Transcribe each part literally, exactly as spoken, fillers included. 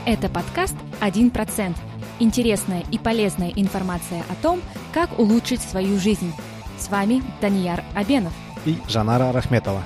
Это подкаст «один процент». Интересная и полезная информация о том, как улучшить свою жизнь. С вами Данияр Абенов и Жанара Рахметова.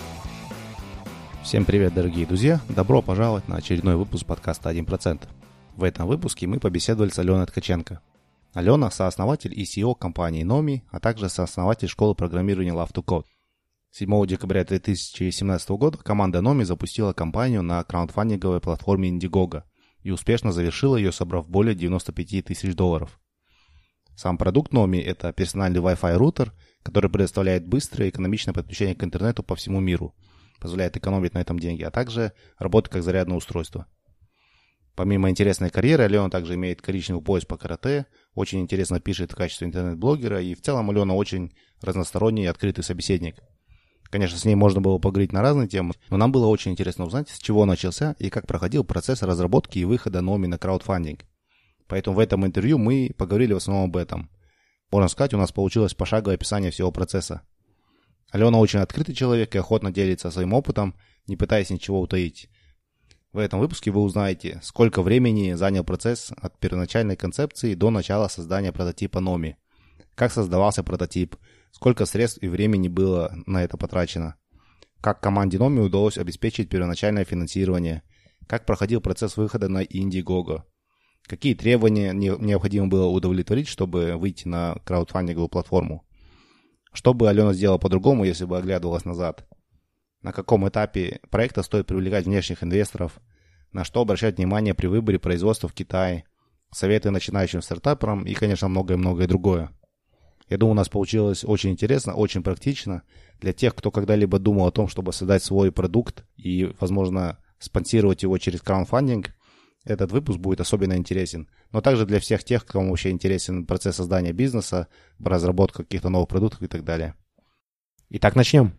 Всем привет, дорогие друзья! Добро пожаловать на очередной выпуск подкаста «один процент». В этом выпуске мы побеседовали с Аленой Ткаченко. Алена – сооснователь и си и о компании Nomi, а также сооснователь школы программирования Love to Code. седьмого декабря две тысячи семнадцатого года команда Nomi запустила кампанию на краундфандинговой платформе Indiegogo и успешно завершила ее, собрав более девяносто пять тысяч долларов. Сам продукт Nomi – это персональный Wi-Fi рутер, который предоставляет быстрое и экономичное подключение к интернету по всему миру, позволяет экономить на этом деньги, а также работать как зарядное устройство. Помимо интересной карьеры, Алена также имеет коричневый пояс по карате, очень интересно пишет в качестве интернет-блогера, и в целом Алена очень разносторонний и открытый собеседник. Конечно, с ней можно было поговорить на разные темы, но нам было очень интересно узнать, с чего начался и как проходил процесс разработки и выхода Nomi на краудфандинг. Поэтому в этом интервью мы поговорили в основном об этом. Можно сказать, у нас получилось пошаговое описание всего процесса. Алена очень открытый человек и охотно делится своим опытом, не пытаясь ничего утаить. В этом выпуске вы узнаете, сколько времени занял процесс от первоначальной концепции до начала создания прототипа Nomi, как создавался прототип, сколько средств и времени было на это потрачено, как команде Nomi удалось обеспечить первоначальное финансирование, как проходил процесс выхода на Indiegogo, какие требования необходимо было удовлетворить, чтобы выйти на краудфандинговую платформу, что бы Алена сделала по-другому, если бы оглядывалась назад, на каком этапе проекта стоит привлекать внешних инвесторов, на что обращать внимание при выборе производства в Китае, советы начинающим стартаперам и, конечно, многое-многое другое. Я думаю, у нас получилось очень интересно, очень практично для тех, кто когда-либо думал о том, чтобы создать свой продукт и, возможно, спонсировать его через краундфандинг. Этот выпуск будет особенно интересен. Но также для всех тех, кому вообще интересен процесс создания бизнеса, разработка каких-то новых продуктов и так далее. Итак, начнем.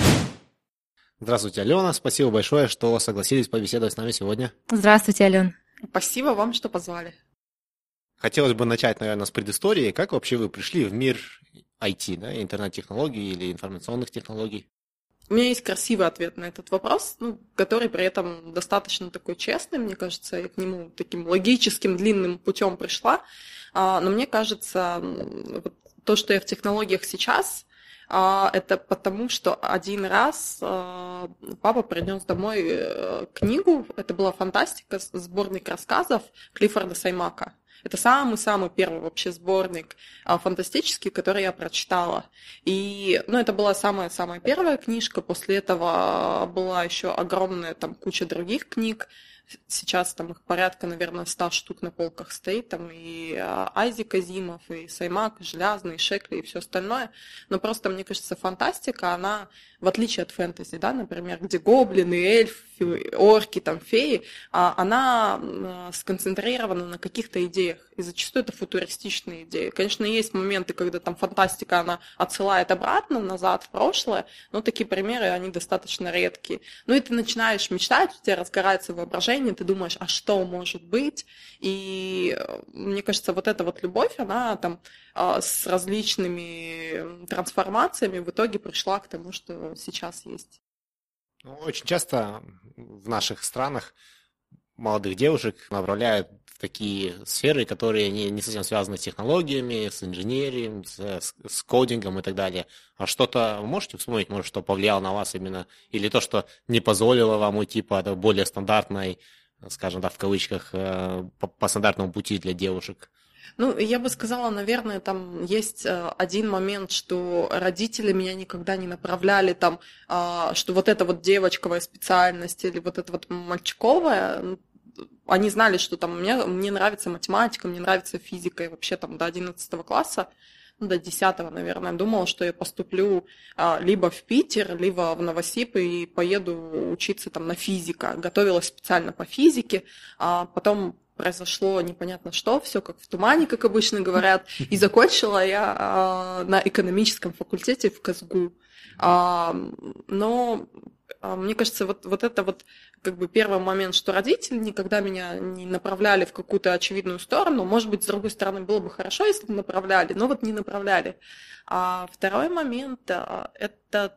Здравствуйте, Алена. Спасибо большое, что согласились побеседовать с нами сегодня. Здравствуйте, Ален. Спасибо вам, что позвали. Хотелось бы начать, наверное, с предыстории. Как вообще вы пришли в мир ай ти, да, интернет-технологий или информационных технологий? У меня есть красивый ответ на этот вопрос, ну, который при этом достаточно такой честный, мне кажется, я к нему таким логическим, длинным путем пришла. Но мне кажется, вот то, что я в технологиях сейчас, это потому, что один раз папа принес домой книгу, это была фантастика, сборник рассказов Клиффорда Саймака. Это самый-самый первый вообще сборник а, фантастический, который я прочитала. И, ну, это была самая-самая первая книжка. После этого была еще огромная там куча других книг. Сейчас там их порядка, наверное, ста штук на полках стоит. Там и а, Айзек Азимов, и Саймак, и Железный, и Шекли, и все остальное. Но просто, мне кажется, фантастика, она, в отличие от фэнтези, да, например, где гоблины, эльфы, орки, там, феи, а, она а, сконцентрирована на каких-то идеях. И зачастую это футуристичные идеи. Конечно, есть моменты, когда там фантастика, она отсылает обратно, назад, в прошлое, но такие примеры, они достаточно редкие. Ну и ты начинаешь мечтать, у тебя разгорается воображение, ты думаешь, а что может быть? И мне кажется, вот эта вот любовь, она там с различными трансформациями в итоге пришла к тому, что сейчас есть. Очень часто в наших странах молодых девушек направляют в такие сферы, которые не, не совсем связаны с технологиями, с инженерией, с, с кодингом и так далее. А что-то вы можете вспомнить, может, что повлияло на вас именно, или то, что не позволило вам уйти по более стандартной, скажем так, в кавычках, по, по стандартному пути для девушек? Ну, я бы сказала, наверное, там есть один момент, что родители меня никогда не направляли там, что вот эта вот девочковая специальность или вот эта вот мальчиковая. Они знали, что там мне, мне нравится математика, мне нравится физика, и вообще там до одиннадцатого класса, ну, до десятого, наверное, думала, что я поступлю а, либо в Питер, либо в Новосиб и поеду учиться там на физика. Готовилась специально по физике, а потом произошло непонятно что, все как в тумане, как обычно говорят, и закончила я а, на экономическом факультете в КазГУ. А, но мне кажется, вот, вот это вот как бы первый момент, что родители никогда меня не направляли в какую-то очевидную сторону. Может быть, с другой стороны, было бы хорошо, если бы направляли, но вот не направляли. А второй момент – это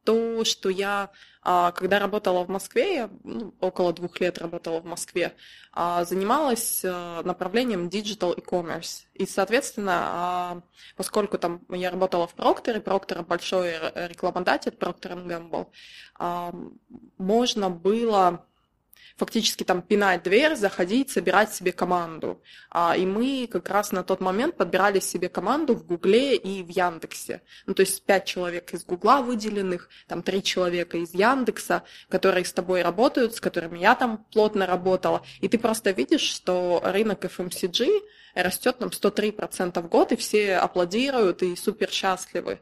то, что я, когда работала в Москве, я ну, около двух лет работала в Москве, занималась направлением Digital e-commerce. И, соответственно, поскольку там я работала в Procter, и Procter большой рекламодатель, Procter энд Gamble, можно было фактически там пинать дверь, заходить, собирать себе команду. А, и мы как раз на тот момент подбирали себе команду в Гугле и в Яндексе. Ну, то есть пять человек из Гугла выделенных, там три человека из Яндекса, которые с тобой работают, с которыми я там плотно работала. И ты просто видишь, что рынок эф эм си джи растет нам сто три процента в год, и все аплодируют и супер счастливы.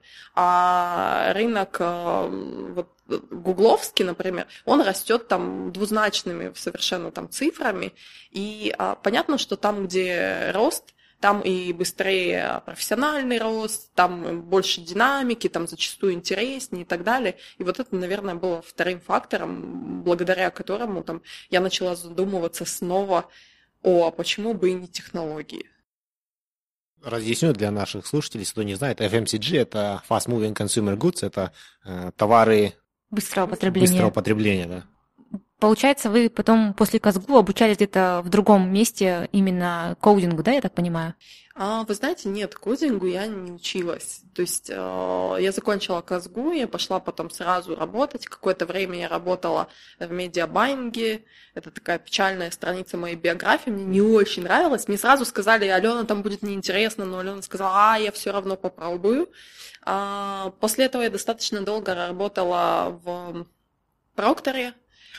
А рынок вот, гугловский, например, он растет там двузначными совершенно там цифрами. И а, понятно, что там, где рост, там и быстрее профессиональный рост, там больше динамики, там зачастую интереснее и так далее. И вот это, наверное, было вторым фактором, благодаря которому там, я начала задумываться снова, о, а почему бы и не технологии? Разъясню для наших слушателей, кто не знает, эф эм си джи – это Fast Moving Consumer Goods, это э, товары быстрого потребления. Быстрого потребления, да. Получается, вы потом после Казгу обучались где-то в другом месте именно кодингу, да, я так понимаю? А, вы знаете, нет, кодингу я не училась. То есть э, я закончила Казгу, я пошла потом сразу работать. Какое-то время я работала в медиабайинге. Это такая печальная страница моей биографии. Мне не очень нравилось. Мне сразу сказали, Алена, там будет неинтересно, но Алена сказала, а, я все равно попробую. А, после этого я достаточно долго работала в Прокторе.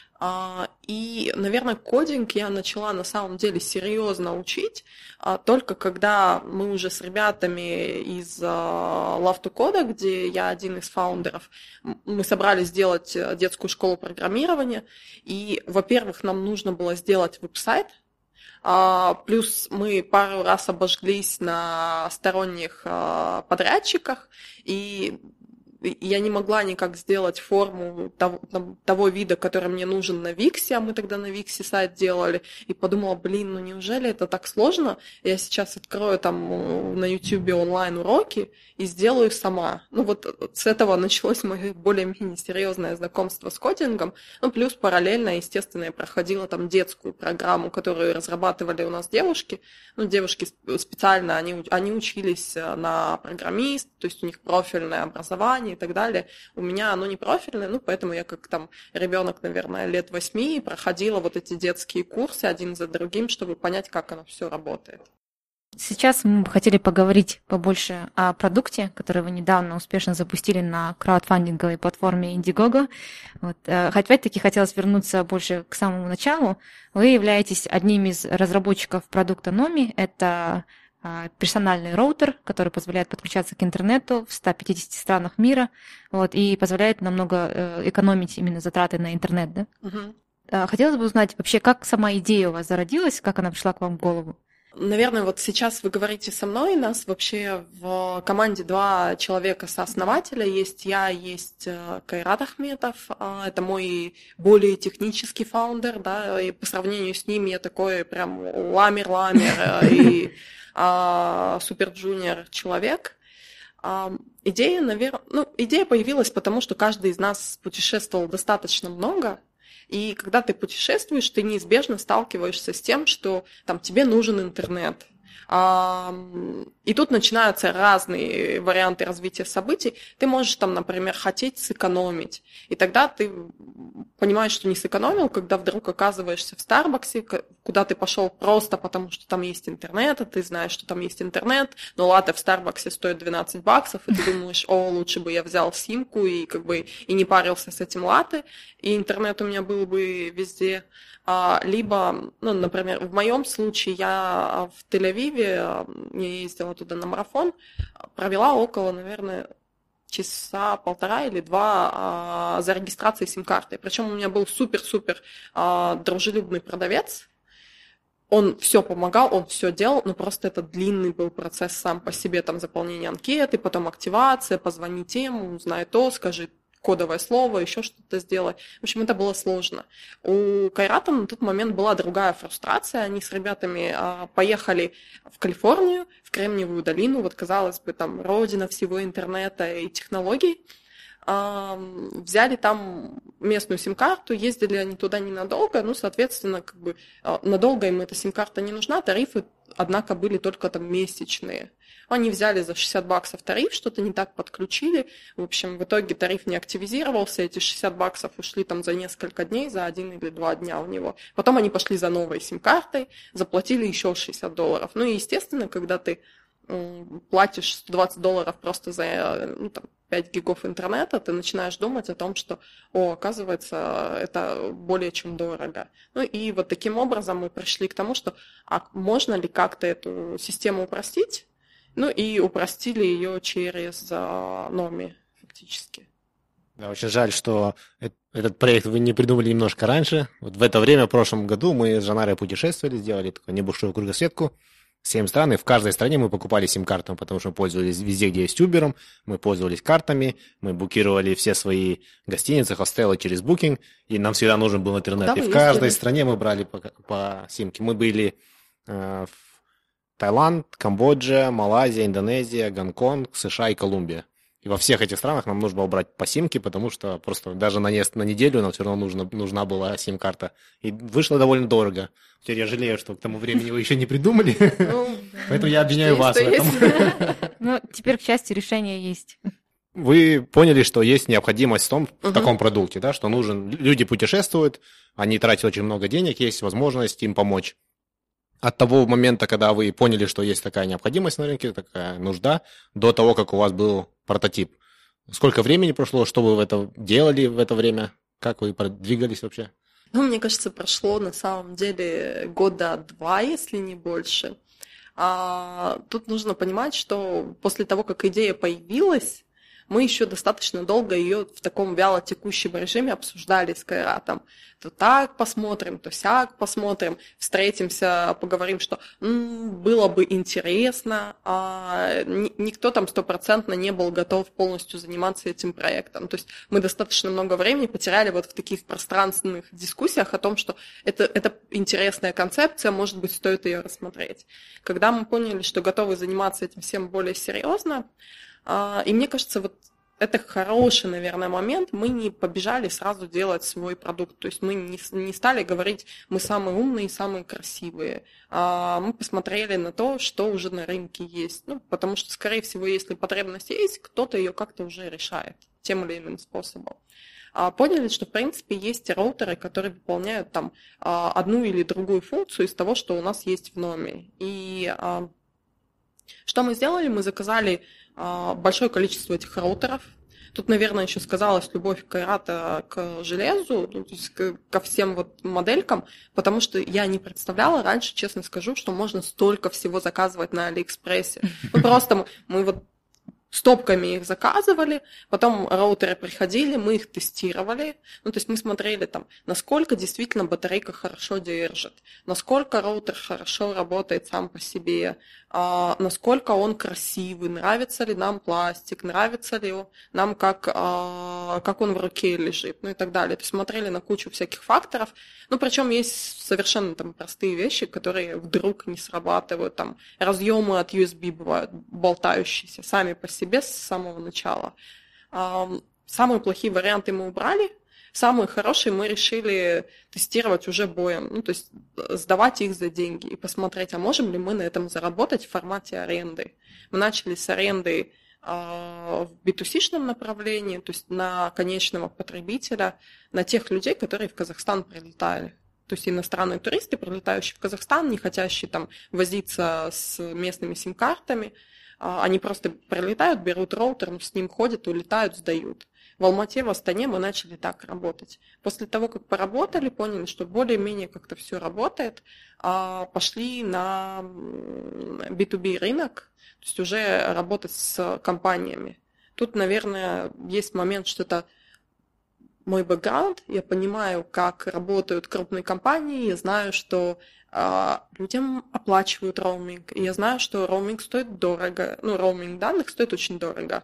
И, наверное, кодинг я начала на самом деле серьезно учить только когда мы уже с ребятами из Love to Code, где я один из фаундеров, мы собрались сделать детскую школу программирования. И, во-первых, нам нужно было сделать веб-сайт, плюс мы пару раз обожглись на сторонних подрядчиках, и я не могла никак сделать форму того, того вида, который мне нужен на Виксе, а мы тогда на Виксе сайт делали, и подумала, блин, ну неужели это так сложно? Я сейчас открою там на Ютубе онлайн-уроки и сделаю сама. Ну вот с этого началось мое более-менее серьезное знакомство с кодингом. Ну плюс параллельно, естественно, я проходила там детскую программу, которую разрабатывали у нас девушки. Ну девушки специально, они, они учились на программист, то есть у них профильное образование, и так далее. У меня оно не профильное, ну, поэтому я как там ребенок, наверное, лет восьми проходила вот эти детские курсы один за другим, чтобы понять, как оно все работает. Сейчас мы бы хотели поговорить побольше о продукте, который вы недавно успешно запустили на краудфандинговой платформе Indiegogo. Вот. Опять-таки хотелось вернуться больше к самому началу. Вы являетесь одним из разработчиков продукта Номи. Это персональный роутер, который позволяет подключаться к интернету в ста пятидесяти странах мира, вот, и позволяет намного экономить именно затраты на интернет. Да? Угу. Хотелось бы узнать вообще, как сама идея у вас зародилась, как она пришла к вам в голову? Наверное, вот сейчас вы говорите со мной, нас вообще в команде два человека сооснователя, есть я, есть Кайрат Ахметов, это мой более технический фаундер, да, и по сравнению с ним я такой прям ламер-ламер и супер-джуниор человек. Идея, наверное, ну, идея появилась потому, что каждый из нас путешествовал достаточно много, и когда ты путешествуешь, ты неизбежно сталкиваешься с тем, что там тебе нужен интернет. И тут начинаются разные варианты развития событий. Ты можешь там, например, хотеть сэкономить. И тогда ты понимаешь, что не сэкономил, когда вдруг оказываешься в Старбаксе, куда ты пошел просто потому, что там есть интернет, а ты знаешь, что там есть интернет, но латте в Старбаксе стоит двенадцать баксов, и ты думаешь, о, лучше бы я взял симку и как бы и не парился с этим латте, и интернет у меня был бы везде. Либо, ну, например, в моем случае я в Тель-Авиве, я ездила туда на марафон, провела около, наверное, часа полтора или два за регистрацией сим-карты. Причем у меня был супер-супер дружелюбный продавец. Он все помогал, он все делал, но просто это длинный был процесс сам по себе, там заполнение анкеты, потом активация, позвони тем, узнай то, скажи кодовое слово, еще что-то сделать. В общем, это было сложно. У Кайрата на тот момент была другая фрустрация. Они с ребятами а, поехали в Калифорнию, в Кремниевую долину, вот, казалось бы, там, родина всего интернета и технологий. взяли там местную сим-карту, ездили они туда ненадолго, ну, соответственно, как бы надолго им эта сим-карта не нужна, тарифы, однако, были только там месячные. Они взяли за шестьдесят баксов тариф, что-то не так подключили, в общем, в итоге тариф не активизировался, эти шестьдесят баксов ушли там за несколько дней, за один или два дня у него. Потом они пошли за новой сим-картой, заплатили еще шестьдесят долларов. Ну и, естественно, когда ты платишь сто двадцать долларов просто за ну, там, пять гигов интернета, ты начинаешь думать о том, что, о, оказывается, это более чем дорого. Ну и вот таким образом мы пришли к тому, что а можно ли как-то эту систему упростить, ну и упростили ее через а, Номи фактически. Да, очень жаль, что этот проект вы не придумали немножко раньше. Вот в это время, в прошлом году, мы с Жанарой путешествовали, сделали такую небольшую кругосветку. Семь стран, и в каждой стране мы покупали сим-карту, потому что мы пользовались везде, где есть Uber, мы пользовались картами, мы букировали все свои гостиницы, хостелы через Booking, и нам всегда нужен был интернет. Куда и в каждой ездили? Стране мы брали по, по симке. Мы были э, в Таиланд, Камбоджа, Малайзия, Индонезия, Гонконг, США и Колумбия. И во всех этих странах нам нужно было брать по симке, потому что просто даже на, не, на неделю нам все равно нужно, нужна была сим-карта. И вышло довольно дорого. Теперь я жалею, что к тому времени вы еще не придумали. Поэтому я обвиняю вас в этом. Ну, теперь, к счастью, решение есть. Вы поняли, что есть необходимость в том, в таком продукте, да, что нужен... Люди путешествуют, они тратят очень много денег, есть возможность им помочь. От того момента, когда вы поняли, что есть такая необходимость на рынке, такая нужда, до того, как у вас был прототип. Сколько времени прошло, что вы в это делали в это время? Как вы продвигались вообще? Ну, мне кажется, прошло на самом деле года два, если не больше. А, тут нужно понимать, что после того, как идея появилась, мы еще достаточно долго ее в таком вялотекущем режиме обсуждали с Кайратом. То так посмотрим, то сяк посмотрим, встретимся, поговорим, что м-м, было бы интересно. А никто там стопроцентно не был готов полностью заниматься этим проектом. То есть мы достаточно много времени потеряли вот в таких пространственных дискуссиях о том, что это, это интересная концепция, может быть, стоит ее рассмотреть. Когда мы поняли, что готовы заниматься этим всем более серьезно, и мне кажется, вот это хороший, наверное, момент. Мы не побежали сразу делать свой продукт. То есть мы не, не стали говорить, мы самые умные и самые красивые. А мы посмотрели на то, что уже на рынке есть. Ну, потому что, скорее всего, если потребность есть, кто-то ее как-то уже решает тем или иным способом. А поняли, что, в принципе, есть роутеры, которые выполняют там одну или другую функцию из того, что у нас есть в Номи. И что мы сделали? Мы заказали большое количество этих роутеров. Тут, наверное, еще сказалась любовь Кайрата к железу, то есть ко всем вот моделькам, потому что я не представляла раньше, честно скажу, что можно столько всего заказывать на Алиэкспрессе. Ну, просто мы, мы вот стопками их заказывали, потом роутеры приходили, мы их тестировали, ну, то есть мы смотрели там, насколько действительно батарейка хорошо держит, насколько роутер хорошо работает сам по себе, а, насколько он красивый, нравится ли нам пластик, нравится ли нам, как, а, как он в руке лежит, ну и так далее. То есть смотрели на кучу всяких факторов, ну, причем есть совершенно там простые вещи, которые вдруг не срабатывают, там, разъемы от ю эс би бывают болтающиеся сами по себе, с самого начала. Самые плохие варианты мы убрали, самые хорошие мы решили тестировать уже боем, ну, то есть сдавать их за деньги и посмотреть, а можем ли мы на этом заработать в формате аренды. Мы начали с аренды в би ту си-шном направлении, то есть на конечного потребителя, на тех людей, которые в Казахстан прилетали. То есть иностранные туристы, прилетающие в Казахстан, не хотящие там возиться с местными сим-картами, они просто прилетают, берут роутер, с ним ходят, улетают, сдают. В Алмате, в Астане мы начали так работать. После того, как поработали, поняли, что более-менее как-то все работает, пошли на би ту би рынок, то есть уже работать с компаниями. Тут, наверное, есть момент, что это мой бэкграунд, я понимаю, как работают крупные компании, я знаю, что э, людям оплачивают роуминг, и я знаю, что роуминг стоит дорого, ну, роуминг данных стоит очень дорого.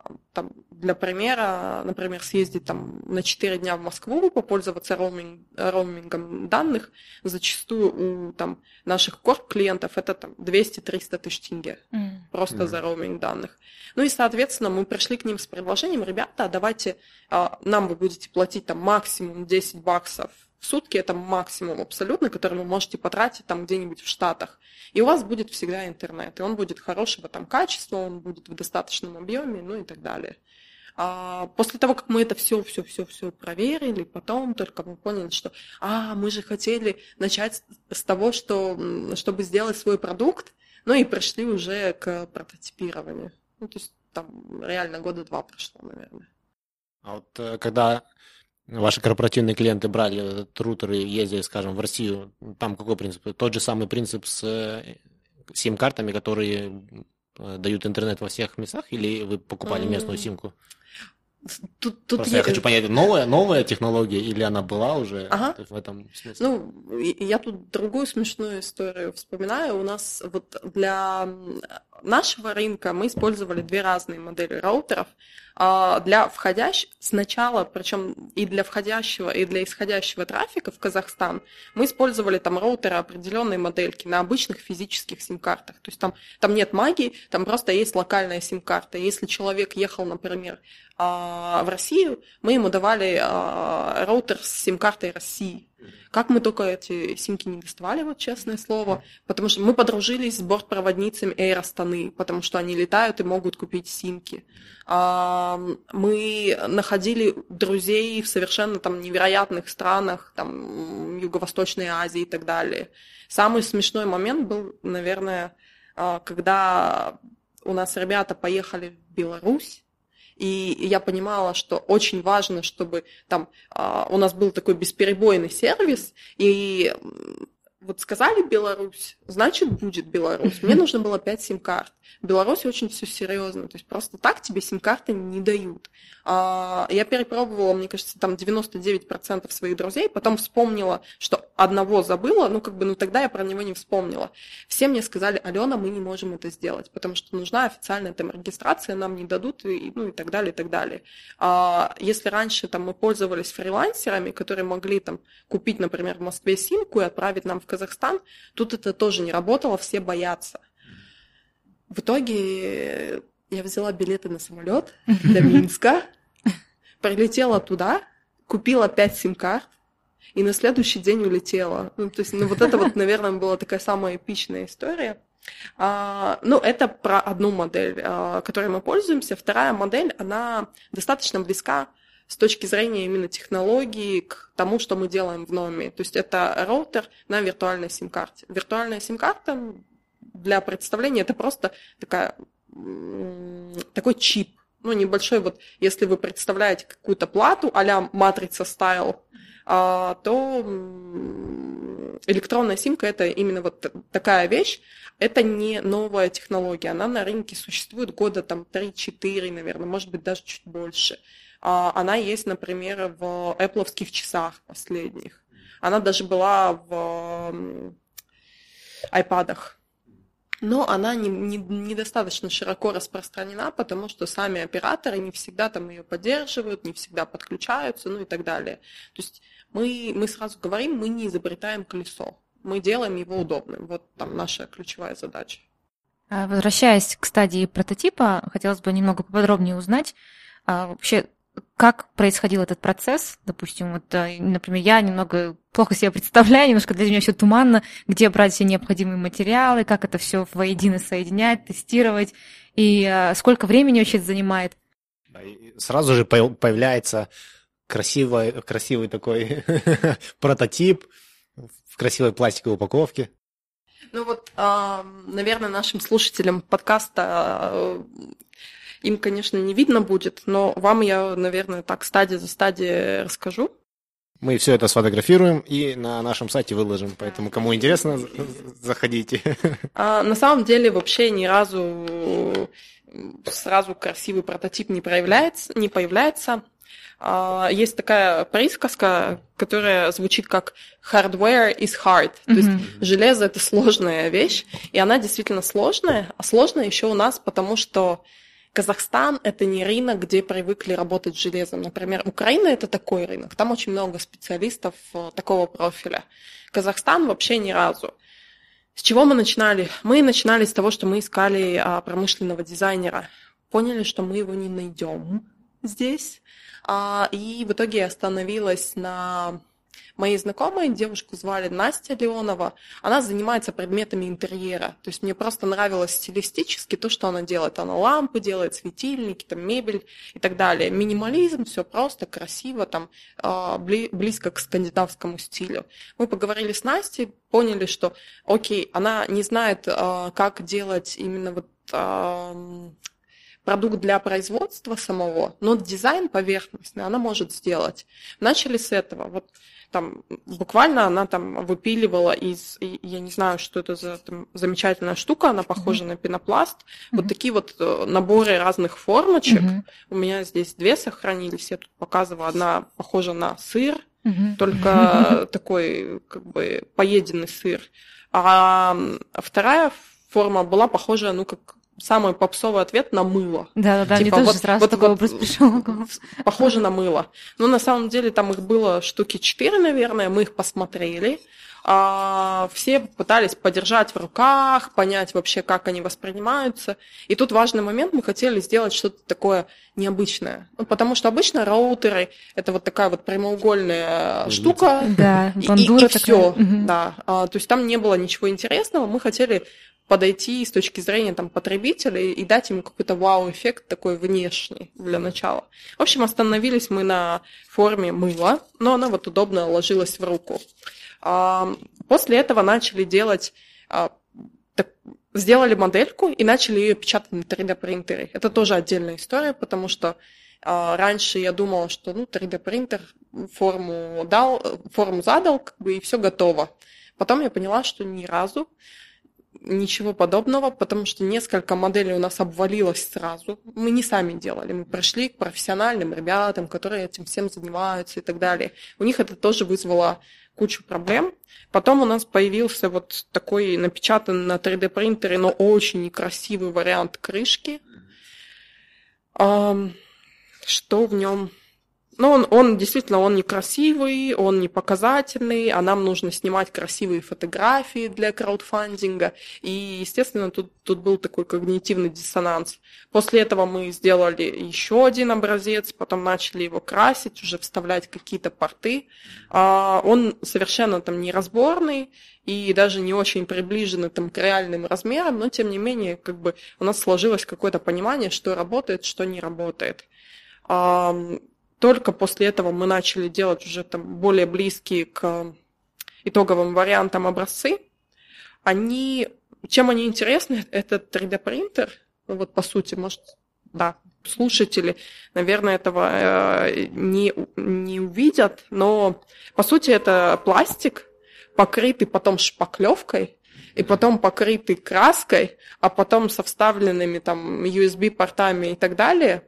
там, для примера, например, съездить там на четыре дня в Москву, попользоваться роуминг, роумингом данных, зачастую у там, наших корп-клиентов это там двести-триста тысяч тенге mm. просто mm. за роуминг данных. Ну и, соответственно, мы пришли к ним с предложением: ребята, давайте нам вы будете платить там максимум десять баксов в сутки, это максимум абсолютно, который вы можете потратить там где-нибудь в Штатах. И у вас будет всегда интернет, и он будет хорошего там качества, он будет в достаточном объеме, ну и так далее. А после того, как мы это все, все, все, все проверили, потом только мы поняли, что а, мы же хотели начать с того, что, чтобы сделать свой продукт, ну и пришли уже к прототипированию. Ну, то есть там реально года два прошло, наверное. А вот когда ваши корпоративные клиенты брали этот рутер и ездили, скажем, в Россию, там какой принцип? Тот же самый принцип с сим-картами, которые дают интернет во всех местах, или вы покупали местную симку? Тут, тут Просто я... я хочу понять, новая, новая технология или она была уже ага. в этом смысле? Ну, я тут другую смешную историю вспоминаю. У нас вот для нашего рынка мы использовали две разные модели роутеров. Для входящего, сначала, причем и для входящего, и для исходящего трафика в Казахстан, мы использовали там роутеры определенной модельки на обычных физических сим-картах. То есть там, там нет магии, там просто есть локальная сим-карта. Если человек ехал, например, в Россию, мы ему давали роутер с сим-картой России. Как мы только эти симки не доставали, вот честное слово, потому что мы подружились с бортпроводницами Air Astаны, потому что они летают и могут купить симки. Мы находили друзей в совершенно там невероятных странах, там Юго-Восточной Азии и так далее. Самый смешной момент был, наверное, когда у нас ребята поехали в Беларусь, и я понимала, что очень важно, чтобы там а, у нас был такой бесперебойный сервис, и вот сказали Беларусь, значит будет Беларусь. Мне нужно было пять сим-карт. В Беларуси очень все серьезно, то есть просто так тебе сим-карты не дают. А, я перепробовала, мне кажется, там девяносто девять процентов своих друзей, потом вспомнила, что одного забыла, ну как бы, ну тогда я про него не вспомнила. Все мне сказали: Алена, мы не можем это сделать, потому что нужна официальная там регистрация, нам не дадут, и, ну и так далее, и так далее. А, если раньше там мы пользовались фрилансерами, которые могли там купить, например, в Москве симку и отправить нам в Казахстан, тут это тоже не работало, все боятся. В итоге я взяла билеты на самолет до Минска, прилетела туда, купила пять сим-карт и на следующий день улетела. Ну, то есть, ну, вот это вот, наверное, была такая самая эпичная история. А, ну, это про одну модель, а, которой мы пользуемся. Вторая модель, она достаточно близка с точки зрения именно технологии к тому, что мы делаем в Номи. То есть это роутер на виртуальной сим-карте. Виртуальная сим-карта, для представления, это просто такая, такой чип. Ну, небольшой, вот если вы представляете какую-то плату а-ля матрица стайл, то электронная симка – это именно вот такая вещь. Это не новая технология. Она на рынке существует года там три-четыре, наверное, может быть, даже чуть больше. Она есть, например, в Apple-овских часах последних. Она даже была в iPad'ах. Но она не, не, недостаточно широко распространена, потому что сами операторы не всегда там ее поддерживают, не всегда подключаются, ну и так далее. То есть мы, мы сразу говорим, мы не изобретаем колесо, мы делаем его удобным. Вот там наша ключевая задача. Возвращаясь к стадии прототипа, хотелось бы немного поподробнее узнать, вообще, как происходил этот процесс. Допустим, вот, например, я немного плохо себе представляю, немножко для меня все туманно, где брать все необходимые материалы, как это все воедино соединять, тестировать, и сколько времени вообще это занимает. Сразу же появляется красивый, красивый такой прототип в красивой пластиковой упаковке. Ну вот, наверное, нашим слушателям подкаста им, конечно, не видно будет, но вам я, наверное, так стадия за стадией расскажу. Мы все это сфотографируем и на нашем сайте выложим, поэтому кому интересно, заходите. А, на самом деле вообще ни разу сразу красивый прототип не проявляется, не появляется. А, есть такая присказка, которая звучит как «hardware is hard», то mm-hmm. есть железо – это сложная вещь, и она действительно сложная, а сложная еще у нас, потому что Казахстан – это не рынок, где привыкли работать с железом. Например, Украина – это такой рынок, там очень много специалистов такого профиля. Казахстан вообще ни разу. С чего мы начинали? Мы начинали с того, что мы искали промышленного дизайнера. Поняли, что мы его не найдем здесь. И в итоге я остановилась на моей знакомой, девушку звали Настя Леонова. Она занимается предметами интерьера. То есть мне просто нравилось стилистически то, что она делает. Она лампы делает, светильники, там, мебель и так далее. Минимализм, все просто, красиво, там, близко к скандинавскому стилю. Мы поговорили с Настей, поняли, что окей, она не знает, как делать именно вот продукт для производства самого, но дизайн поверхностный она может сделать. Начали с этого. Вот там буквально она там выпиливала из, я не знаю, что это за там, замечательная штука, она похожа mm-hmm. на пенопласт. Mm-hmm. Вот такие вот наборы разных формочек. Mm-hmm. У меня здесь две сохранились, я тут показываю. Одна похожа на сыр, mm-hmm. только mm-hmm. такой как бы поеденный сыр. А вторая форма была похожа, ну, как самый попсовый ответ на мыло. Да-да-да, типа, мне вот, тоже сразу вот, такой вот, образ пришел. Похоже на мыло. Но на самом деле там их было штуки четыре, наверное, мы их посмотрели. А, все пытались подержать в руках, понять вообще, как они воспринимаются. И тут важный момент, мы хотели сделать что-то такое необычное. Ну, потому что обычно роутеры – это вот такая вот прямоугольная штука. Да, бандура и, и все. Угу. Да. А, то есть там не было ничего интересного. Мы хотели подойти с точки зрения там, потребителей и дать им какой-то вау-эффект такой внешний для начала. В общем, остановились мы на форме мыла, но она вот удобно ложилась в руку. После этого начали делать, сделали модельку и начали ее печатать на три дэ-принтере. Это тоже отдельная история, потому что раньше я думала, что ну, три дэ-принтер форму дал, форму задал, как бы, и все готово. Потом я поняла, что ни разу ничего подобного, потому что несколько моделей у нас обвалилось сразу. Мы не сами делали, мы пришли к профессиональным ребятам, которые этим всем занимаются и так далее. У них это тоже вызвало кучу проблем. Потом у нас появился вот такой напечатанный на три дэ-принтере, но очень некрасивый вариант крышки. Что в нем... Ну, он, он действительно, он некрасивый, он не показательный, а нам нужно снимать красивые фотографии для краудфандинга. И, естественно, тут, тут был такой когнитивный диссонанс. После этого мы сделали еще один образец, потом начали его красить, уже вставлять какие-то порты. А, он совершенно там неразборный и даже не очень приближенный там, к реальным размерам, но, тем не менее, как бы у нас сложилось какое-то понимание, что работает, что не работает. А, Только после этого мы начали делать уже там более близкие к итоговым вариантам образцы. Они, чем они интересны, это три дэ-принтер. Вот по сути, может, да, слушатели, наверное, этого не, не увидят, но по сути это пластик, покрытый потом шпаклевкой, и потом покрытый краской, а потом со вставленными там ю эс би-портами и так далее.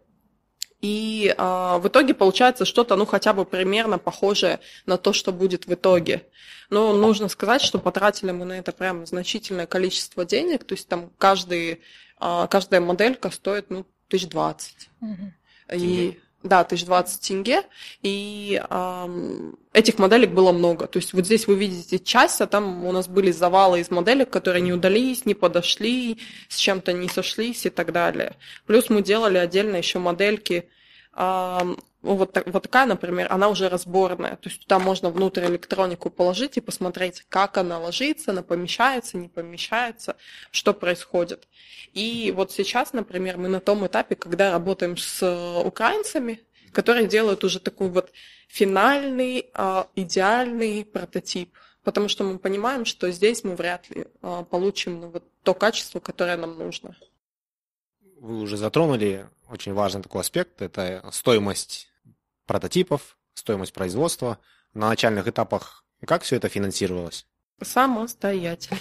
И а, в итоге получается что-то, ну, хотя бы примерно похожее на то, что будет в итоге. Но нужно сказать, что потратили мы на это прям значительное количество денег. То есть там каждый, а, каждая моделька стоит, ну, тысяч двадцать. Mm-hmm. И, да, тысяч двадцать тенге. И а, этих моделек было много. То есть вот здесь вы видите часть, а там у нас были завалы из моделек, которые не удались, не подошли, с чем-то не сошлись и так далее. Плюс мы делали отдельно еще модельки. А, вот, так, вот такая, например, она уже разборная. То есть туда можно внутрь электронику положить и посмотреть, как она ложится, она помещается, не помещается, что происходит. И вот сейчас, например, мы на том этапе, когда работаем с украинцами, которые делают уже такой вот финальный, идеальный прототип. Потому что мы понимаем, что здесь мы вряд ли получим ну, вот то качество, которое нам нужно. Вы уже затронули очень важный такой аспект. Это стоимость прототипов, стоимость производства. На начальных этапах как все это финансировалось? Самостоятельно.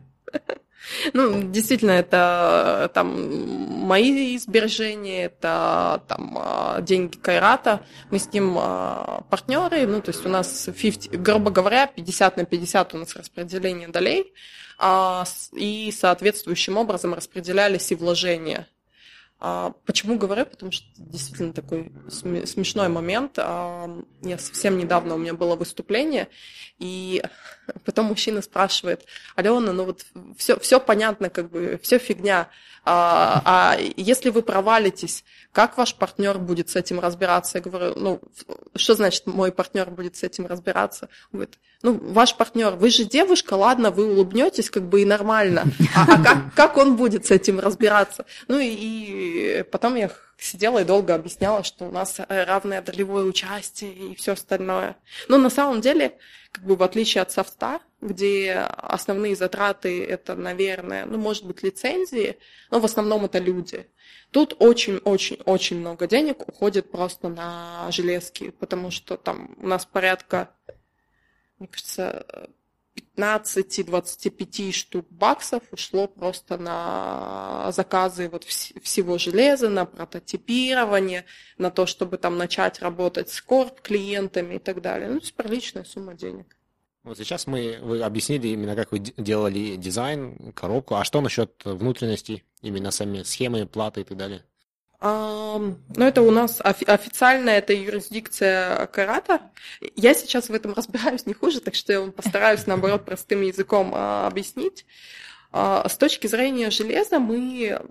Ну, действительно, это там мои сбережения, это там деньги Кайрата. Мы с ним партнеры, ну, то есть у нас, пятьдесят, грубо говоря, пятьдесят на пятьдесят у нас распределение долей, и соответствующим образом распределялись и вложения. Почему говорю? Потому что действительно такой смешной момент. Я совсем недавно, у меня было выступление, и потом мужчина спрашивает: Алена, ну вот все, все понятно, как бы, все фигня. А, а если вы провалитесь, как ваш партнер будет с этим разбираться? Я говорю: ну, что значит мой партнер будет с этим разбираться? Он говорит: ну, ваш партнер, вы же девушка, ладно, вы улыбнетесь, как бы и нормально. А, а как, как он будет с этим разбираться? Ну и, и потом я сидела и долго объясняла, что у нас равное долевое участие и все остальное. Но на самом деле, как бы в отличие от софта, где основные затраты это, наверное, ну, может быть, лицензии, но в основном это люди. Тут очень-очень-очень много денег уходит просто на железки, потому что там у нас порядка, мне кажется, пятнадцать-двадцать пять штук баксов ушло просто на заказы вот вс- всего железа, на прототипирование, на то, чтобы там начать работать с корп-клиентами и так далее. Ну, это приличная сумма денег. Вот сейчас мы, вы объяснили именно, как вы делали дизайн, коробку. А что насчет внутренностей, именно сами схемы, платы и так далее? Um, ну, это у нас офи- официальная это юрисдикция карата. Я сейчас в этом разбираюсь не хуже, так что я вам постараюсь, наоборот, простым языком uh, объяснить. Uh, с точки зрения железа мы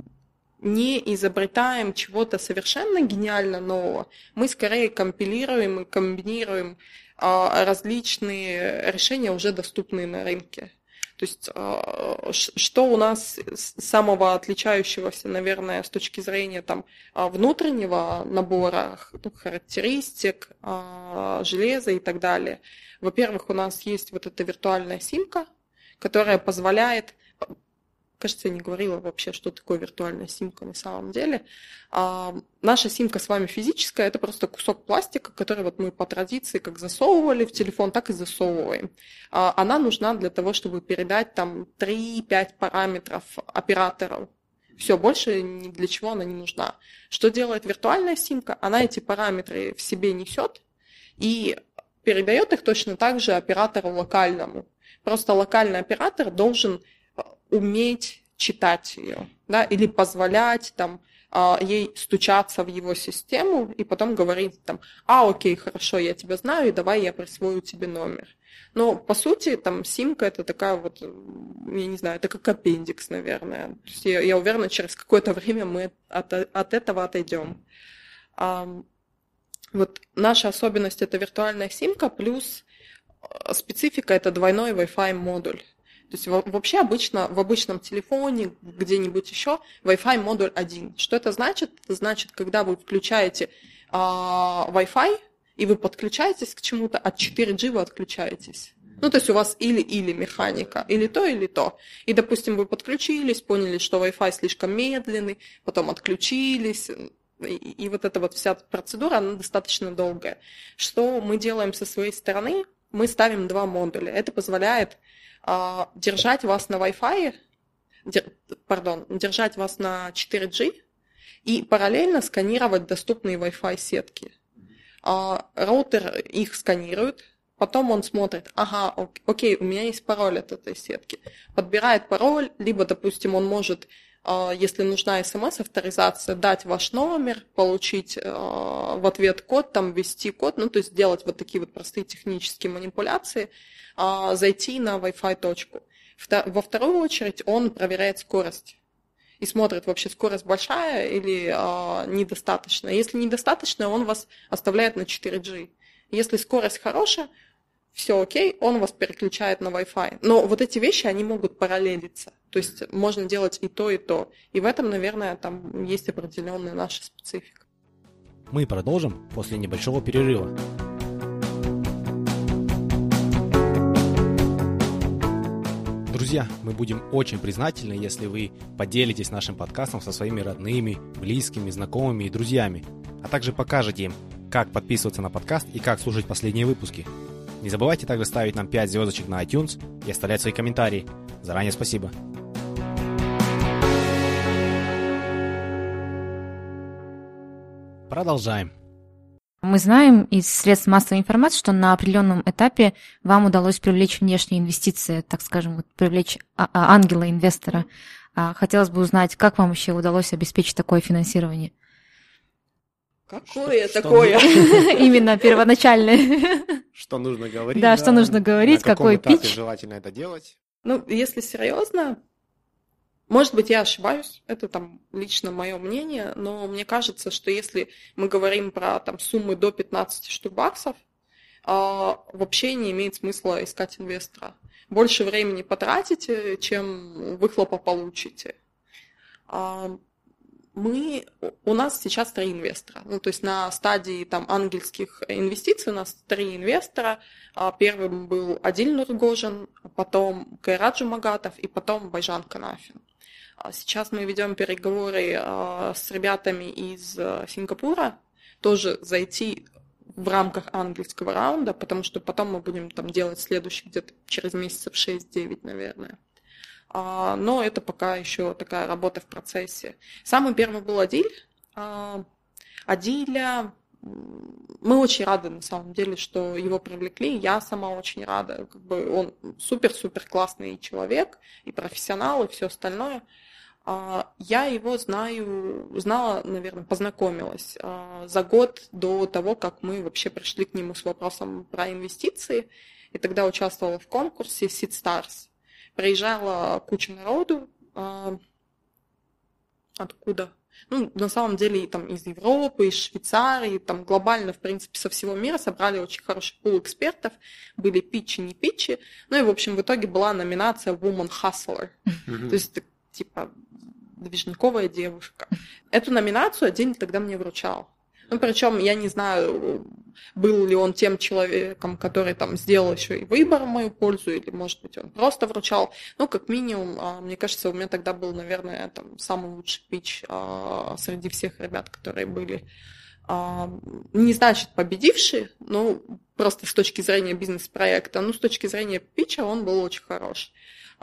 не изобретаем чего-то совершенно гениально нового. Мы скорее компилируем и комбинируем uh, различные решения, уже доступные на рынке. То есть, что у нас самого отличающегося, наверное, с точки зрения там, внутреннего набора ну, характеристик, железа и так далее. Во-первых, у нас есть вот эта виртуальная симка, которая позволяет... Кажется, я не говорила вообще, что такое виртуальная симка на самом деле. А, наша симка с вами физическая, это просто кусок пластика, который вот мы по традиции как засовывали в телефон, так и засовываем. А, она нужна для того, чтобы передать там три-пять параметров операторов. Все, больше ни для чего она не нужна. Что делает виртуальная симка? Она эти параметры в себе несет и передает их точно так же оператору локальному. Просто локальный оператор должен уметь читать ее, да, или позволять там, ей стучаться в его систему и потом говорить там: а, окей, хорошо, я тебя знаю, и давай я присвою тебе номер. Но, по сути, там, симка это такая вот, я не знаю, это как аппендикс, наверное. То есть я, я уверена, через какое-то время мы от, от этого отойдем. А, вот наша особенность это виртуальная симка, плюс специфика это двойной Wi-Fi модуль. То есть вообще обычно в обычном телефоне, где-нибудь еще, Wi-Fi модуль один. Что это значит? Это значит, когда вы включаете э, Wi-Fi и вы подключаетесь к чему-то, от четыре джи вы отключаетесь. Ну, то есть у вас или-или механика, или то, или то. И, допустим, вы подключились, поняли, что Wi-Fi слишком медленный, потом отключились. И, и вот эта вот вся процедура, она достаточно долгая. Что мы делаем со своей стороны? Мы ставим два модуля. Это позволяет держать вас на Wi-Fi, дер, пардон, держать вас на четыре джи и параллельно сканировать доступные Wi-Fi сетки. А, роутер их сканирует, потом он смотрит: ага, окей, у меня есть пароль от этой сетки. Подбирает пароль, либо, допустим, он может, если нужна смс-авторизация, дать ваш номер, получить в ответ код, там ввести код, ну, то есть делать вот такие вот простые технические манипуляции, зайти на Wi-Fi точку. Во вторую очередь он проверяет скорость и смотрит, вообще скорость большая или а, недостаточная. Если недостаточная, он вас оставляет на четыре джи. Если скорость хорошая, все окей, он вас переключает на Wi-Fi. Но вот эти вещи, они могут параллелиться. То есть можно делать и то, и то. И в этом, наверное, там есть определенная наша специфика. Мы продолжим после небольшого перерыва. Друзья, мы будем очень признательны, если вы поделитесь нашим подкастом со своими родными, близкими, знакомыми и друзьями, а также покажете им, как подписываться на подкаст и как слушать последние выпуски. Не забывайте также ставить нам пять звездочек на iTunes и оставлять свои комментарии. Заранее спасибо. Продолжаем. Мы знаем из средств массовой информации, что на определенном этапе вам удалось привлечь внешние инвестиции, так скажем, вот, привлечь ангела-инвестора. Хотелось бы узнать, как вам вообще удалось обеспечить такое финансирование? Какое что, такое? Именно первоначальное. Что нужно говорить? Да, что нужно говорить, какой этапе питч. желательно это делать? Ну, если серьезно, может быть, я ошибаюсь, это там лично мое мнение, но мне кажется, что если мы говорим про там суммы до пятнадцати штук баксов, вообще не имеет смысла искать инвестора. Больше времени потратите, чем выхлопа получите. Мы, у нас сейчас три инвестора. Ну, то есть на стадии там ангельских инвестиций у нас три инвестора. Первым был Адиль Нургожин, потом Кайрат Жумагатов и потом Байжан Канафин. Сейчас мы ведем переговоры с ребятами из Сингапура, тоже зайти в рамках ангельского раунда, потому что потом мы будем там делать следующий где-то через месяцев шесть-девять, наверное. Но это пока еще такая работа в процессе. Самый первый был Адиль. Адиля, мы очень рады на самом деле, что его привлекли. Я сама очень рада. Как бы он супер-супер классный человек и профессионал, и все остальное. Я его знаю, знала, наверное, познакомилась за год до того, как мы вообще пришли к нему с вопросом про инвестиции. И тогда участвовала в конкурсе Seed Stars. Приезжала куча народу. Откуда? Ну, на самом деле, там из Европы, из Швейцарии, там глобально, в принципе, со всего мира собрали очень хороший пул экспертов. Были питчи, не питчи. Ну и, в общем, в итоге была номинация Woman Hustler. Mm-hmm. То есть, типа, движниковая девушка. Эту номинацию Адиль тогда мне вручал. Ну, причем я не знаю, был ли он тем человеком, который там сделал еще и выбор в мою пользу, или, может быть, он просто вручал. Ну, как минимум, мне кажется, у меня тогда был, наверное, там, самый лучший питч среди всех ребят, которые были. Не значит победивший, но просто с точки зрения бизнес-проекта, ну, с точки зрения питча он был очень хорош.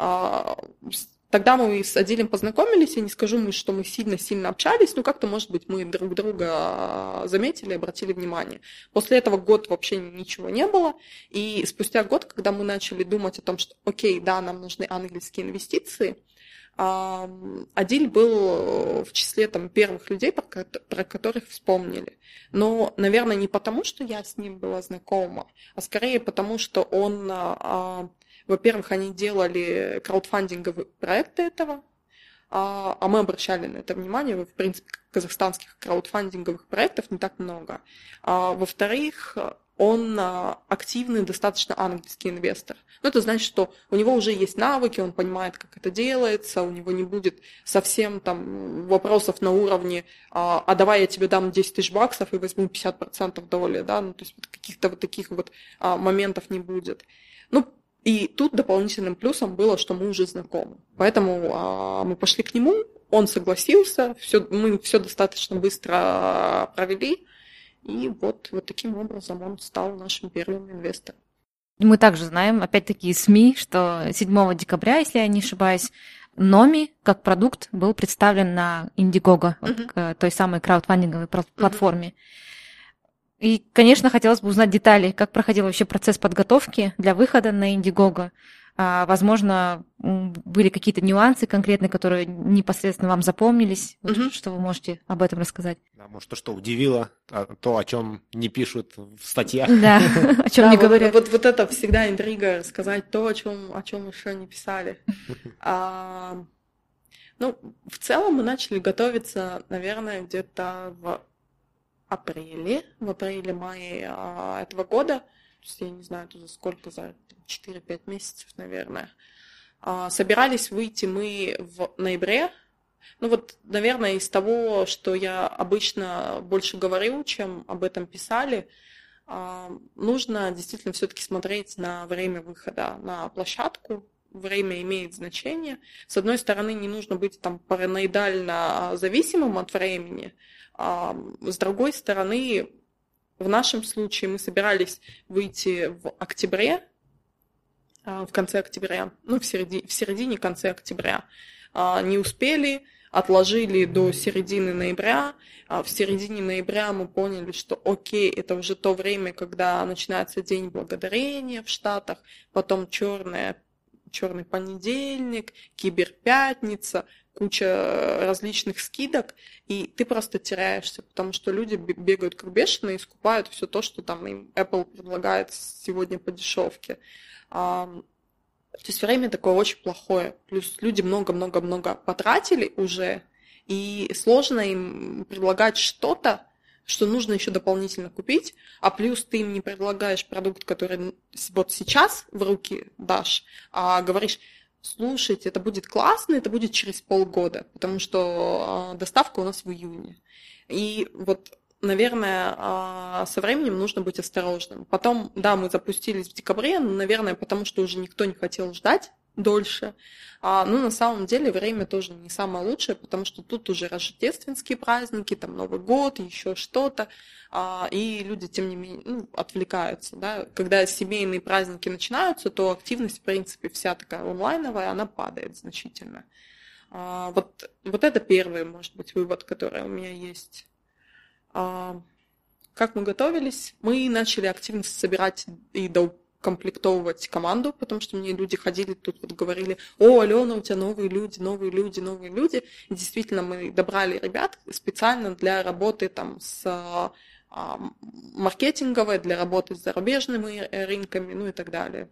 Тогда мы с Адилем познакомились, я не скажу, что мы сильно-сильно общались, но как-то, может быть, мы друг друга заметили, обратили внимание. После этого год вообще ничего не было, и спустя год, когда мы начали думать о том, что, окей, да, нам нужны ангельские инвестиции, Адиль был в числе там, первых людей, про которых вспомнили. Но, наверное, не потому, что я с ним была знакома, а скорее потому, что он... Во-первых, они делали краудфандинговые проекты этого, а мы обращали на это внимание. В принципе, казахстанских краудфандинговых проектов не так много. Во-вторых, он активный достаточно ангельский инвестор. Ну, это значит, что у него уже есть навыки, он понимает, как это делается, у него не будет совсем там вопросов на уровне «а давай я тебе дам десять тысяч баксов и возьму пятьдесят процентов доли», да, ну, то есть вот каких-то вот таких вот моментов не будет. Ну, и тут дополнительным плюсом было, что мы уже знакомы. Поэтому а, мы пошли к нему, он согласился, все, мы все достаточно быстро провели, и вот, вот таким образом он стал нашим первым инвестором. Мы также знаем, опять-таки, из СМИ, что седьмого декабря, если я не ошибаюсь, Номи как продукт был представлен на Indiegogo, uh-huh. к той самой краудфандинговой платформе. Uh-huh. И, конечно, хотелось бы узнать детали, как проходил вообще процесс подготовки для выхода на Indiegogo. А, возможно, были какие-то нюансы конкретные, которые непосредственно вам запомнились. Вот mm-hmm. Что вы можете об этом рассказать? Да, может, то, что удивило, то, о чем не пишут в статьях. Да, о чем не говорят. Вот вот это всегда интрига, сказать то, о чем о чем еще не писали. Ну, в целом мы начали готовиться, наверное, где-то в апреле, в апреле-мае а, этого года, то есть я не знаю, это за сколько, за четыре-пять месяцев, наверное. А, собирались выйти мы в ноябре. Ну вот, наверное, из того, что я обычно больше говорю, чем об этом писали, а, нужно действительно все-таки смотреть на время выхода на площадку. Время имеет значение. С одной стороны, не нужно быть там параноидально зависимым от времени, а с другой стороны, в нашем случае мы собирались выйти в октябре, в конце октября, ну, в середине, в середине конце октября. Не успели, отложили до середины ноября. В середине ноября мы поняли, что окей, это уже то время, когда начинается День Благодарения в Штатах, потом черная черный понедельник, киберпятница, куча различных скидок, и ты просто теряешься, потому что люди бегают как бешеные и скупают все то, что там им Apple предлагает сегодня по дешевке. То есть время такое очень плохое. Плюс люди много-много-много потратили уже, и сложно им предлагать что-то, что нужно еще дополнительно купить, а плюс ты им не предлагаешь продукт, который вот сейчас в руки дашь, а говоришь: слушайте, это будет классно, это будет через полгода, потому что доставка у нас в июне. И вот, наверное, со временем нужно быть осторожным. Потом, да, мы запустились в декабре, но, наверное, потому что уже никто не хотел ждать дольше. А, ну, на самом деле, время тоже не самое лучшее, потому что тут уже рождественские праздники, там Новый год, еще что-то, а, и люди, тем не менее, ну, отвлекаются, да. Когда семейные праздники начинаются, то активность, в принципе, вся такая онлайновая, она падает значительно. А, вот, вот это первый, может быть, вывод, который у меня есть. А, как мы готовились? Мы начали активно собирать и до комплектовывать команду, потому что мне люди ходили тут, вот говорили: о, Алена, у тебя новые люди, новые люди, новые люди. И действительно, мы добрали ребят специально для работы там с а, маркетинговой, для работы с зарубежными рынками, ну и так далее.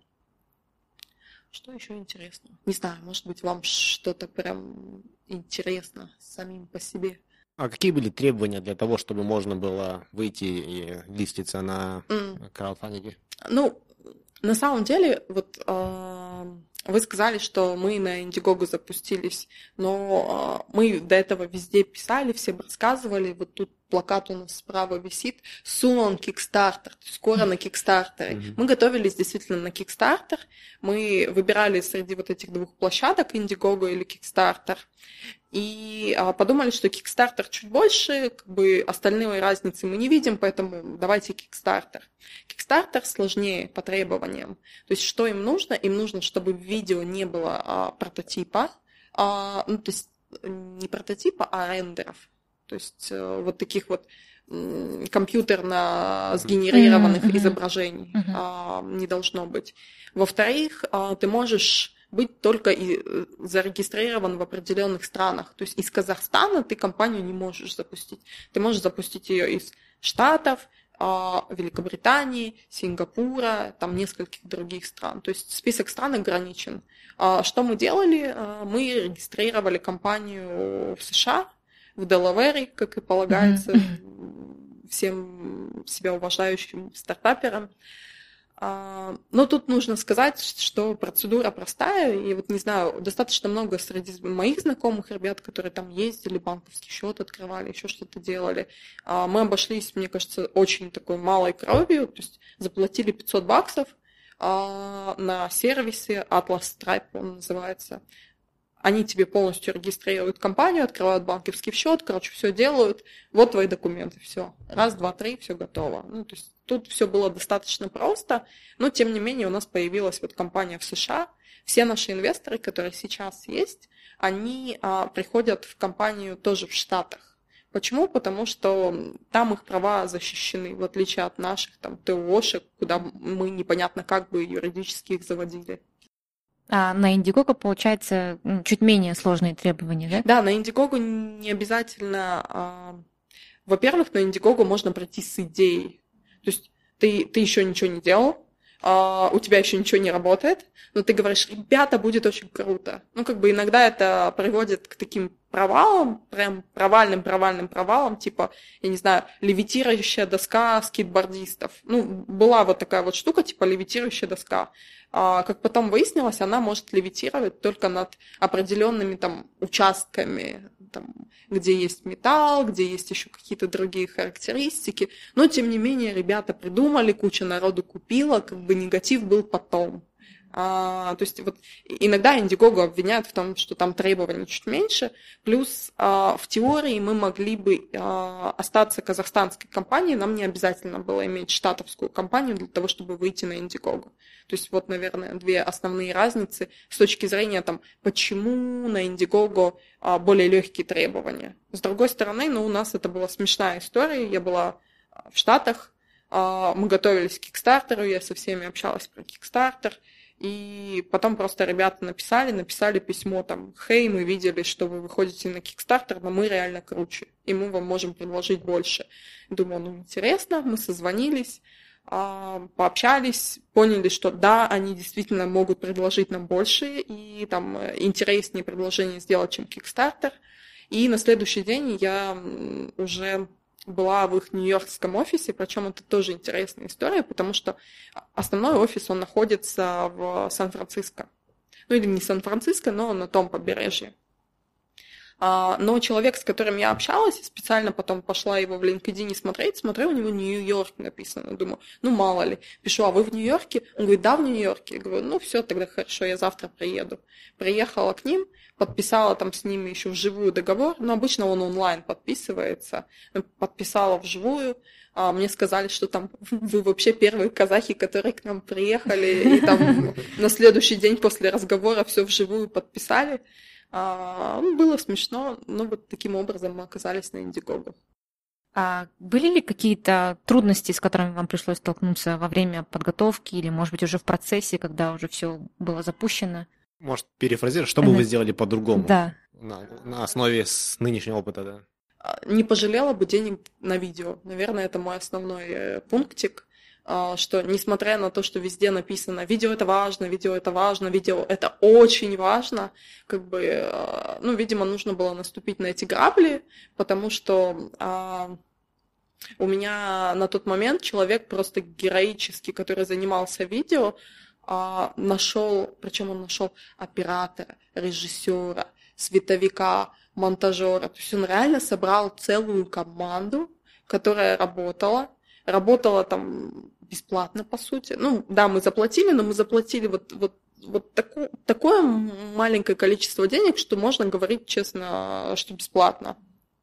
Что еще интересно? Не знаю, может быть, вам что-то прям интересно самим по себе. А какие были требования для того, чтобы можно было выйти и листиться на mm. краудфандинге? Ну, на самом деле, вот э, вы сказали, что мы на Indiegogo запустились, но э, мы до этого везде писали, всем рассказывали. Вот тут плакат у нас справа висит: soon on Kickstarter, скоро на Kickstarter. Mm-hmm. Мы готовились действительно на Kickstarter. Мы выбирали среди вот этих двух площадок, Indiegogo или Kickstarter, и а, подумали, что Kickstarter чуть больше, как бы остальной разницы мы не видим, поэтому давайте Kickstarter. Kickstarter сложнее по требованиям. То есть что им нужно? Им нужно, чтобы в видео не было а, прототипа, а, ну, то есть не прототипа, а рендеров. То есть а, вот таких вот м, компьютерно сгенерированных mm-hmm. изображений mm-hmm. а, не должно быть. Во-вторых, а, ты можешь быть только и зарегистрирован в определенных странах. То есть из Казахстана ты компанию не можешь запустить. Ты можешь запустить ее из Штатов, Великобритании, Сингапура, там нескольких других стран. То есть список стран ограничен. Что мы делали? Мы регистрировали компанию в США, в Делавере, как и полагается mm-hmm. всем себя уважающим стартаперам. Но тут нужно сказать, что процедура простая, и вот, не знаю, достаточно много среди моих знакомых ребят, которые там ездили, банковский счет открывали, еще что-то делали. Мы обошлись, мне кажется, очень такой малой кровью, то есть заплатили пятьсот баксов на сервисе Atlas Stripe, он называется. Они тебе полностью регистрируют компанию, открывают банковский счет, короче, все делают. Вот твои документы, все. Раз, два, три, все готово. Ну, то есть тут все было достаточно просто, но тем не менее у нас появилась вот компания в США. Все наши инвесторы, которые сейчас есть, они а, приходят в компанию тоже в Штатах. Почему? Потому что там их права защищены, в отличие от наших там ТОшек, куда мы непонятно как бы юридически их заводили. А на Indiegogo, получается, чуть менее сложные требования, да? Да, на Indiegogo не обязательно... А, во-первых, на Indiegogo можно пройти с идеей. То есть ты, ты еще ничего не делал, а, у тебя еще ничего не работает, но ты говоришь: ребята, будет очень круто. Ну, как бы иногда это приводит к таким провалам, прям провальным, провальным провалам, типа, я не знаю, левитирующая доска скейтбордистов. Ну, была вот такая вот штука, типа левитирующая доска. А, как потом выяснилось, она может левитировать только над определенными там участками, там, где есть металл, где есть еще какие-то другие характеристики. Но, тем не менее, ребята придумали, куча народу купила, как бы негатив был потом. А, то есть вот иногда Indiegogo обвиняют в том, что там требований чуть меньше, плюс а, в теории мы могли бы а, остаться казахстанской компанией, нам не обязательно было иметь штатовскую компанию для того, чтобы выйти на Indiegogo. То есть вот, наверное, две основные разницы с точки зрения, там, почему на Indiegogo а, более легкие требования. С другой стороны, ну, у нас это была смешная история, я была в Штатах, а, мы готовились к Kickstarter, я со всеми общалась про Kickstarter. И потом просто ребята написали, написали письмо там: «Хей, мы видели, что вы выходите на Kickstarter, но мы реально круче, и мы вам можем предложить больше». Думаю, ну интересно, мы созвонились, пообщались, поняли, что да, они действительно могут предложить нам больше и там интереснее предложение сделать, чем Kickstarter. И на следующий день я уже была в их нью-йоркском офисе, причем это тоже интересная история, потому что основной офис, он находится в Сан-Франциско. Ну или не Сан-Франциско, но на том побережье. Но человек, с которым я общалась, специально потом пошла его в LinkedIn смотреть, смотрю, у него Нью-Йорк написано. Думаю, ну мало ли. Пишу: а вы в Нью-Йорке? Он говорит: да, в Нью-Йорке. Я говорю: ну все, тогда хорошо, я завтра приеду. Приехала к ним, подписала там с ними еще вживую договор, но обычно он онлайн подписывается. Подписала вживую. Мне сказали, что там вы вообще первые казахи, которые к нам приехали, и там на следующий день после разговора все вживую подписали. А, ну, было смешно, но вот таким образом мы оказались на Indiegogo. А были ли какие-то трудности, с которыми вам пришлось столкнуться во время подготовки или, может быть, уже в процессе, когда уже все было запущено? Может, перефразировать, что бы вы сделали по-другому? Да. На, на основе с нынешнего опыта, да. Не пожалела бы денег на видео. Наверное, это мой основной пунктик, что несмотря на то, что везде написано «видео это важно, видео это важно, видео это очень важно», как бы, ну, видимо, нужно было наступить на эти грабли, потому что а, у меня на тот момент человек просто героический, который занимался видео, а, нашел, причем он нашел оператора, режиссера, световика, монтажера. То есть он реально собрал целую команду, которая работала, работала там бесплатно, по сути. Ну, да, мы заплатили, но мы заплатили вот, вот, вот таку, такое маленькое количество денег, что можно говорить честно, что бесплатно.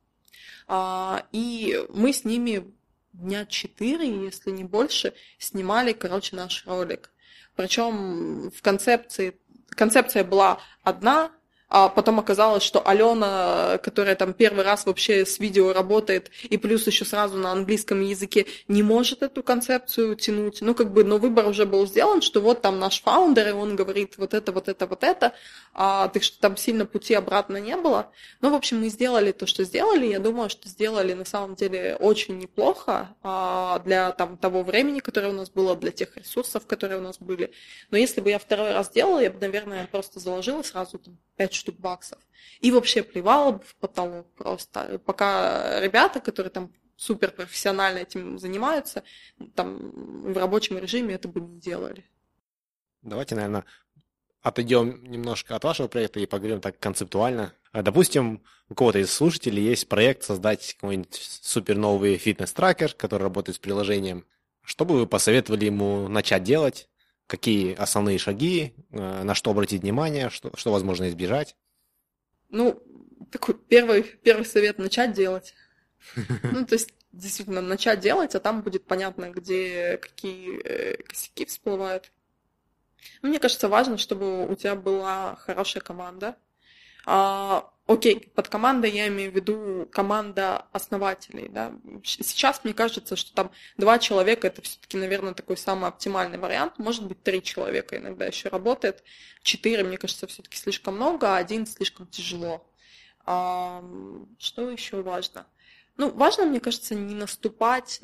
А, и мы с ними дня четыре, если не больше, снимали, короче, наш ролик. Причем в концепции, концепция была одна, а потом оказалось, что Алена, которая там первый раз вообще с видео работает, и плюс еще сразу на английском языке, не может эту концепцию тянуть. Ну, как бы, но выбор уже был сделан, что вот там наш фаундер, и он говорит вот это, вот это, вот это, а, так что там сильно пути обратно не было. Ну, в общем, мы сделали то, что сделали. Я думаю, что сделали на самом деле очень неплохо а, для там того времени, которое у нас было, для тех ресурсов, которые у нас были. Но если бы я второй раз делала, я бы, наверное, просто заложила сразу там пять штук баксов. И вообще плевала бы в потолок просто. Пока ребята, которые там суперпрофессионально этим занимаются, там в рабочем режиме это бы не делали. Давайте, наверное, отойдем немножко от вашего проекта и поговорим так концептуально. Допустим, у кого-то из слушателей есть проект создать какой-нибудь супер новый фитнес-трекер, который работает с приложением. Что бы вы посоветовали ему начать делать? Какие основные шаги, на что обратить внимание, что, что возможно избежать? Ну, такой первый, первый совет – начать делать. Ну, то есть, действительно, начать делать, а там будет понятно, где какие косяки всплывают. Мне кажется, важно, чтобы у тебя была хорошая команда. А, окей, под командой я имею в виду команда основателей. Да? Сейчас мне кажется, что там два человека – это все-таки, наверное, такой самый оптимальный вариант. Может быть, три человека иногда еще работает. Четыре, мне кажется, все-таки слишком много, а один слишком тяжело. А, что еще важно? Ну, важно, мне кажется, не наступать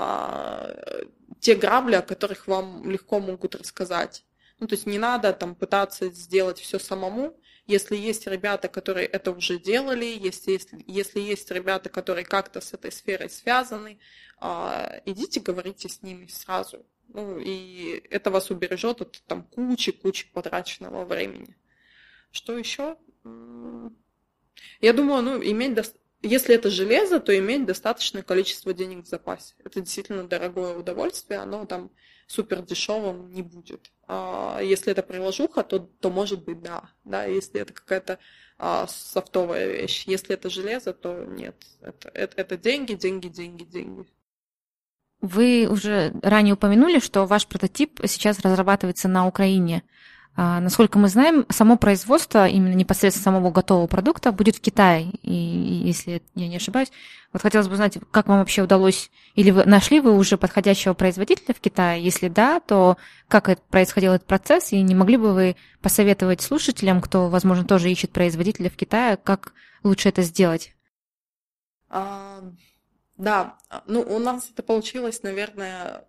на те грабли, о которых вам легко могут рассказать. Ну, то есть не надо там пытаться сделать все самому. Если есть ребята, которые это уже делали, если, если, если есть ребята, которые как-то с этой сферой связаны, идите, говорите с ними сразу. Ну, и это вас убережет от там кучи-кучи потраченного времени. Что еще? Я думаю, ну, иметь до... если это железо, то иметь достаточное количество денег в запасе. Это действительно дорогое удовольствие, оно там супер дешевым не будет. А если это приложуха, то, то может быть да. да. Если это какая-то а, софтовая вещь. Если это железо, то нет. Это, это, это деньги, деньги, деньги, деньги. Вы уже ранее упомянули, что ваш прототип сейчас разрабатывается на Украине. А, насколько мы знаем, само производство, именно непосредственно самого готового продукта, будет в Китае, и, и если я не ошибаюсь. Вот хотелось бы узнать, как вам вообще удалось, или вы нашли вы уже подходящего производителя в Китае? Если да, то как это, происходил этот процесс, и не могли бы вы посоветовать слушателям, кто, возможно, тоже ищет производителя в Китае, как лучше это сделать? А, да, ну у нас это получилось, наверное,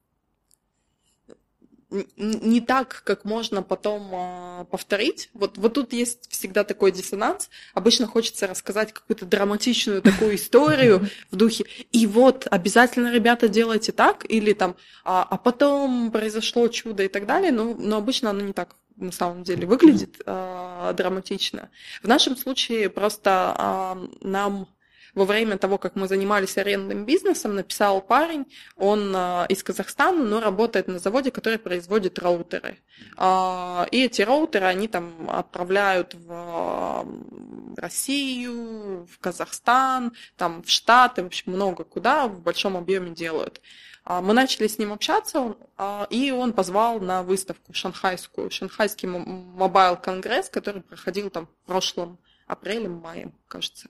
не так, как можно потом а, повторить. Вот, вот тут есть всегда такой диссонанс. Обычно хочется рассказать какую-то драматичную такую историю в духе «и вот, обязательно, ребята, делайте так», или там «а, а потом произошло чудо» и так далее, но, но обычно оно не так на самом деле выглядит а, драматично. В нашем случае просто а, нам... Во время того, как мы занимались арендным бизнесом, написал парень, он э, из Казахстана, но работает на заводе, который производит роутеры. Э, и эти роутеры они там отправляют в Россию, в Казахстан, там, в Штаты, в общем, много куда, в большом объеме делают. Э, мы начали с ним общаться, э, и он позвал на выставку шанхайскую, шанхайский мобайл-конгресс, который проходил там в прошлом апреле-мае, кажется.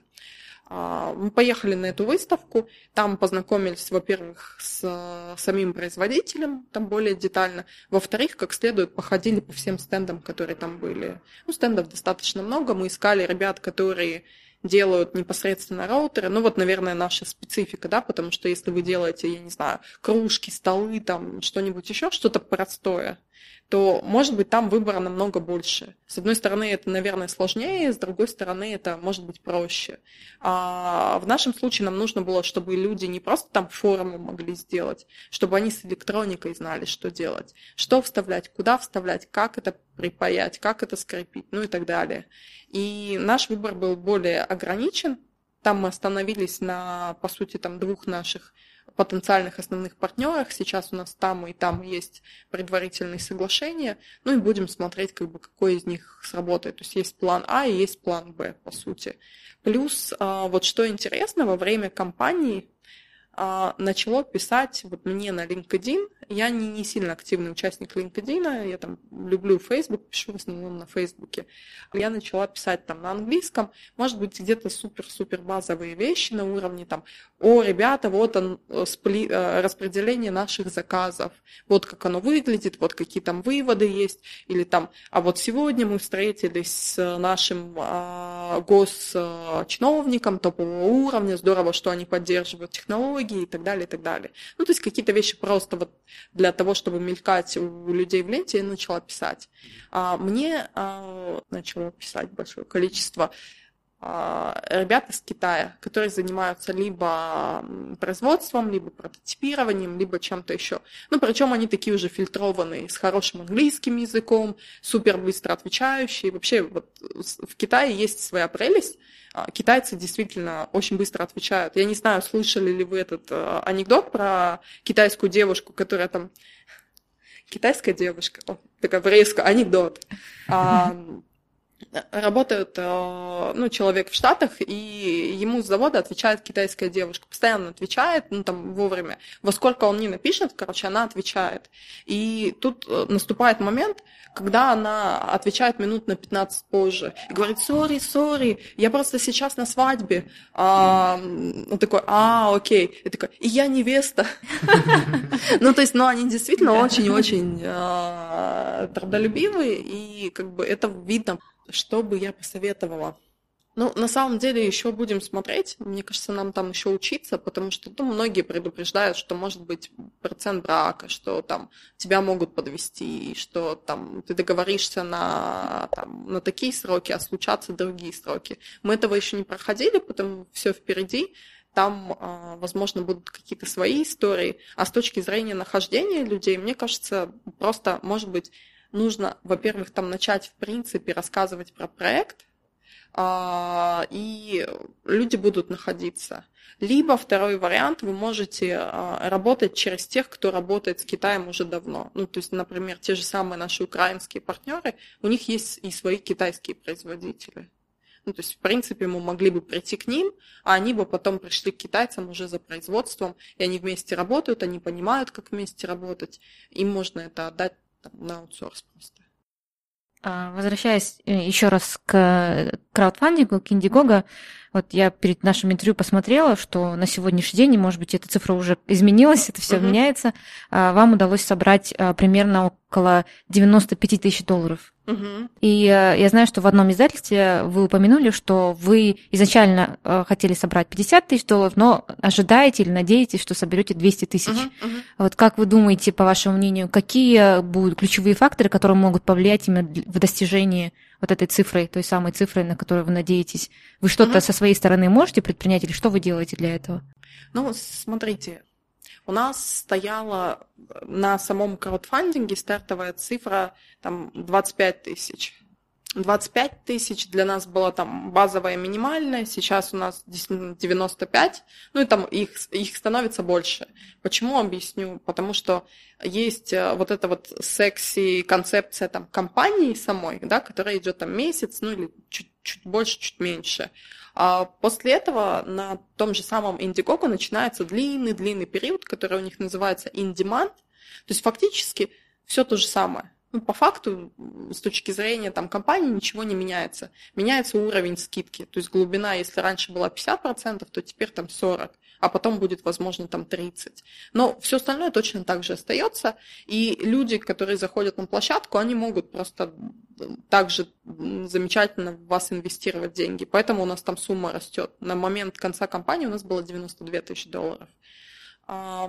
Мы поехали на эту выставку, там познакомились, во-первых, с самим производителем, там более детально, во-вторых, как следует, походили по всем стендам, которые там были. Ну, стендов достаточно много, мы искали ребят, которые делают непосредственно роутеры, ну вот, наверное, наша специфика, да, потому что если вы делаете, я не знаю, кружки, столы, там, что-нибудь еще, что-то простое, то, может быть, там выбора намного больше. С одной стороны, это, наверное, сложнее, с другой стороны, это может быть проще. А в нашем случае нам нужно было, чтобы люди не просто там форумы могли сделать, чтобы они с электроникой знали, что делать, что вставлять, куда вставлять, как это припаять, как это скрепить, ну и так далее. И наш выбор был более ограничен. Там мы остановились на, по сути, там двух наших потенциальных основных партнерах. Сейчас у нас там и там есть предварительные соглашения. Ну и будем смотреть, как бы, какой из них сработает. То есть есть план А и есть план Б, по сути. Плюс, вот что интересно, во время кампании начало писать вот мне на LinkedIn. Я не, не сильно активный участник LinkedIn, я там люблю Facebook, пишу в основном на Фейсбуке. Я начала писать там на английском, может быть, где-то супер-супер базовые вещи на уровне там, о, ребята, вот он, спли, распределение наших заказов, вот как оно выглядит, вот какие там выводы есть, или там, а вот сегодня мы встретились с нашим а, госчиновником топового уровня, здорово, что они поддерживают технологии, и так далее, и так далее. Ну, то есть какие-то вещи просто вот для того, чтобы мелькать у людей в ленте, я начала писать. А мне а, начало писать большое количество а, ребят из Китая, которые занимаются либо производством, либо прототипированием, либо чем-то еще. Ну, причем они такие уже фильтрованные, с хорошим английским языком, супер быстро отвечающие. Вообще вот в Китае есть своя прелесть. Китайцы действительно очень быстро отвечают. Я не знаю, слышали ли вы этот э, анекдот про китайскую девушку, которая там... Китайская девушка, о, такая резко, анекдот. А, работает ну, человек в Штатах, и ему с завода отвечает китайская девушка. Постоянно отвечает, ну там вовремя. Во сколько он не напишет, короче, она отвечает. И тут наступает момент, когда она отвечает минут на пятнадцать позже. И говорит, сори, сори, я просто сейчас на свадьбе. А, он такой, а, окей. И такой, и я невеста. Ну, то есть, ну, они действительно очень-очень трудолюбивые, и как бы это видно. Что бы я посоветовала? Ну, на самом деле, еще будем смотреть. Мне кажется, нам там еще учиться, потому что ну, многие предупреждают, что может быть процент брака, что там тебя могут подвести, что там ты договоришься на, там, на такие сроки, а случатся другие сроки. Мы этого еще не проходили, потому все впереди. Там, возможно, будут какие-то свои истории. А с точки зрения нахождения людей, мне кажется, просто, может быть, нужно, во-первых, там начать, в принципе, рассказывать про проект, и люди будут находиться. Либо второй вариант, вы можете работать через тех, кто работает с Китаем уже давно. Ну, то есть, например, те же самые наши украинские партнеры, у них есть и свои китайские производители. Ну, то есть, в принципе, мы могли бы прийти к ним, а они бы потом пришли к китайцам уже за производством, и они вместе работают, они понимают, как вместе работать, им можно это отдать там, на аутсорс просто. Возвращаясь еще раз к краудфандингу, к Indiegogo, вот я перед нашим интервью посмотрела, что на сегодняшний день, может быть, эта цифра уже изменилась, это все uh-huh. меняется, вам удалось собрать примерно около девяносто пять тысяч долларов. Uh-huh. И я знаю, что в одном издательстве вы упомянули, что вы изначально хотели собрать пятьдесят тысяч долларов, но ожидаете или надеетесь, что соберете двести тысяч. Uh-huh. Uh-huh. Вот как вы думаете, по вашему мнению, какие будут ключевые факторы, которые могут повлиять именно в достижении вот этой цифры, той самой цифры, на которую вы надеетесь? Вы что-то uh-huh. со своей стороны можете предпринять или что вы делаете для этого? Ну, смотрите, у нас стояла на самом краудфандинге стартовая цифра там двадцать пять тысяч. двадцать пять тысяч для нас была там базовая минимальная, сейчас у нас девяносто пять, ну и там их, их становится больше. Почему, объясню? Потому что есть вот эта вот секси-концепция там компании самой, да, которая идет там месяц, ну или чуть, чуть больше, чуть меньше. А после этого на том же самом Indiegogo начинается длинный-длинный период, который у них называется in-demand. То есть фактически все то же самое. Ну, по факту, с точки зрения там, компании, ничего не меняется. Меняется уровень скидки. То есть глубина, если раньше была пятьдесят процентов, то теперь там сорок процентов, а потом будет, возможно, там тридцать процентов. Но все остальное точно так же остается. И люди, которые заходят на площадку, они могут просто также замечательно в вас инвестировать деньги. Поэтому у нас там сумма растет. На момент конца кампании у нас было девяносто две тысячи долларов. То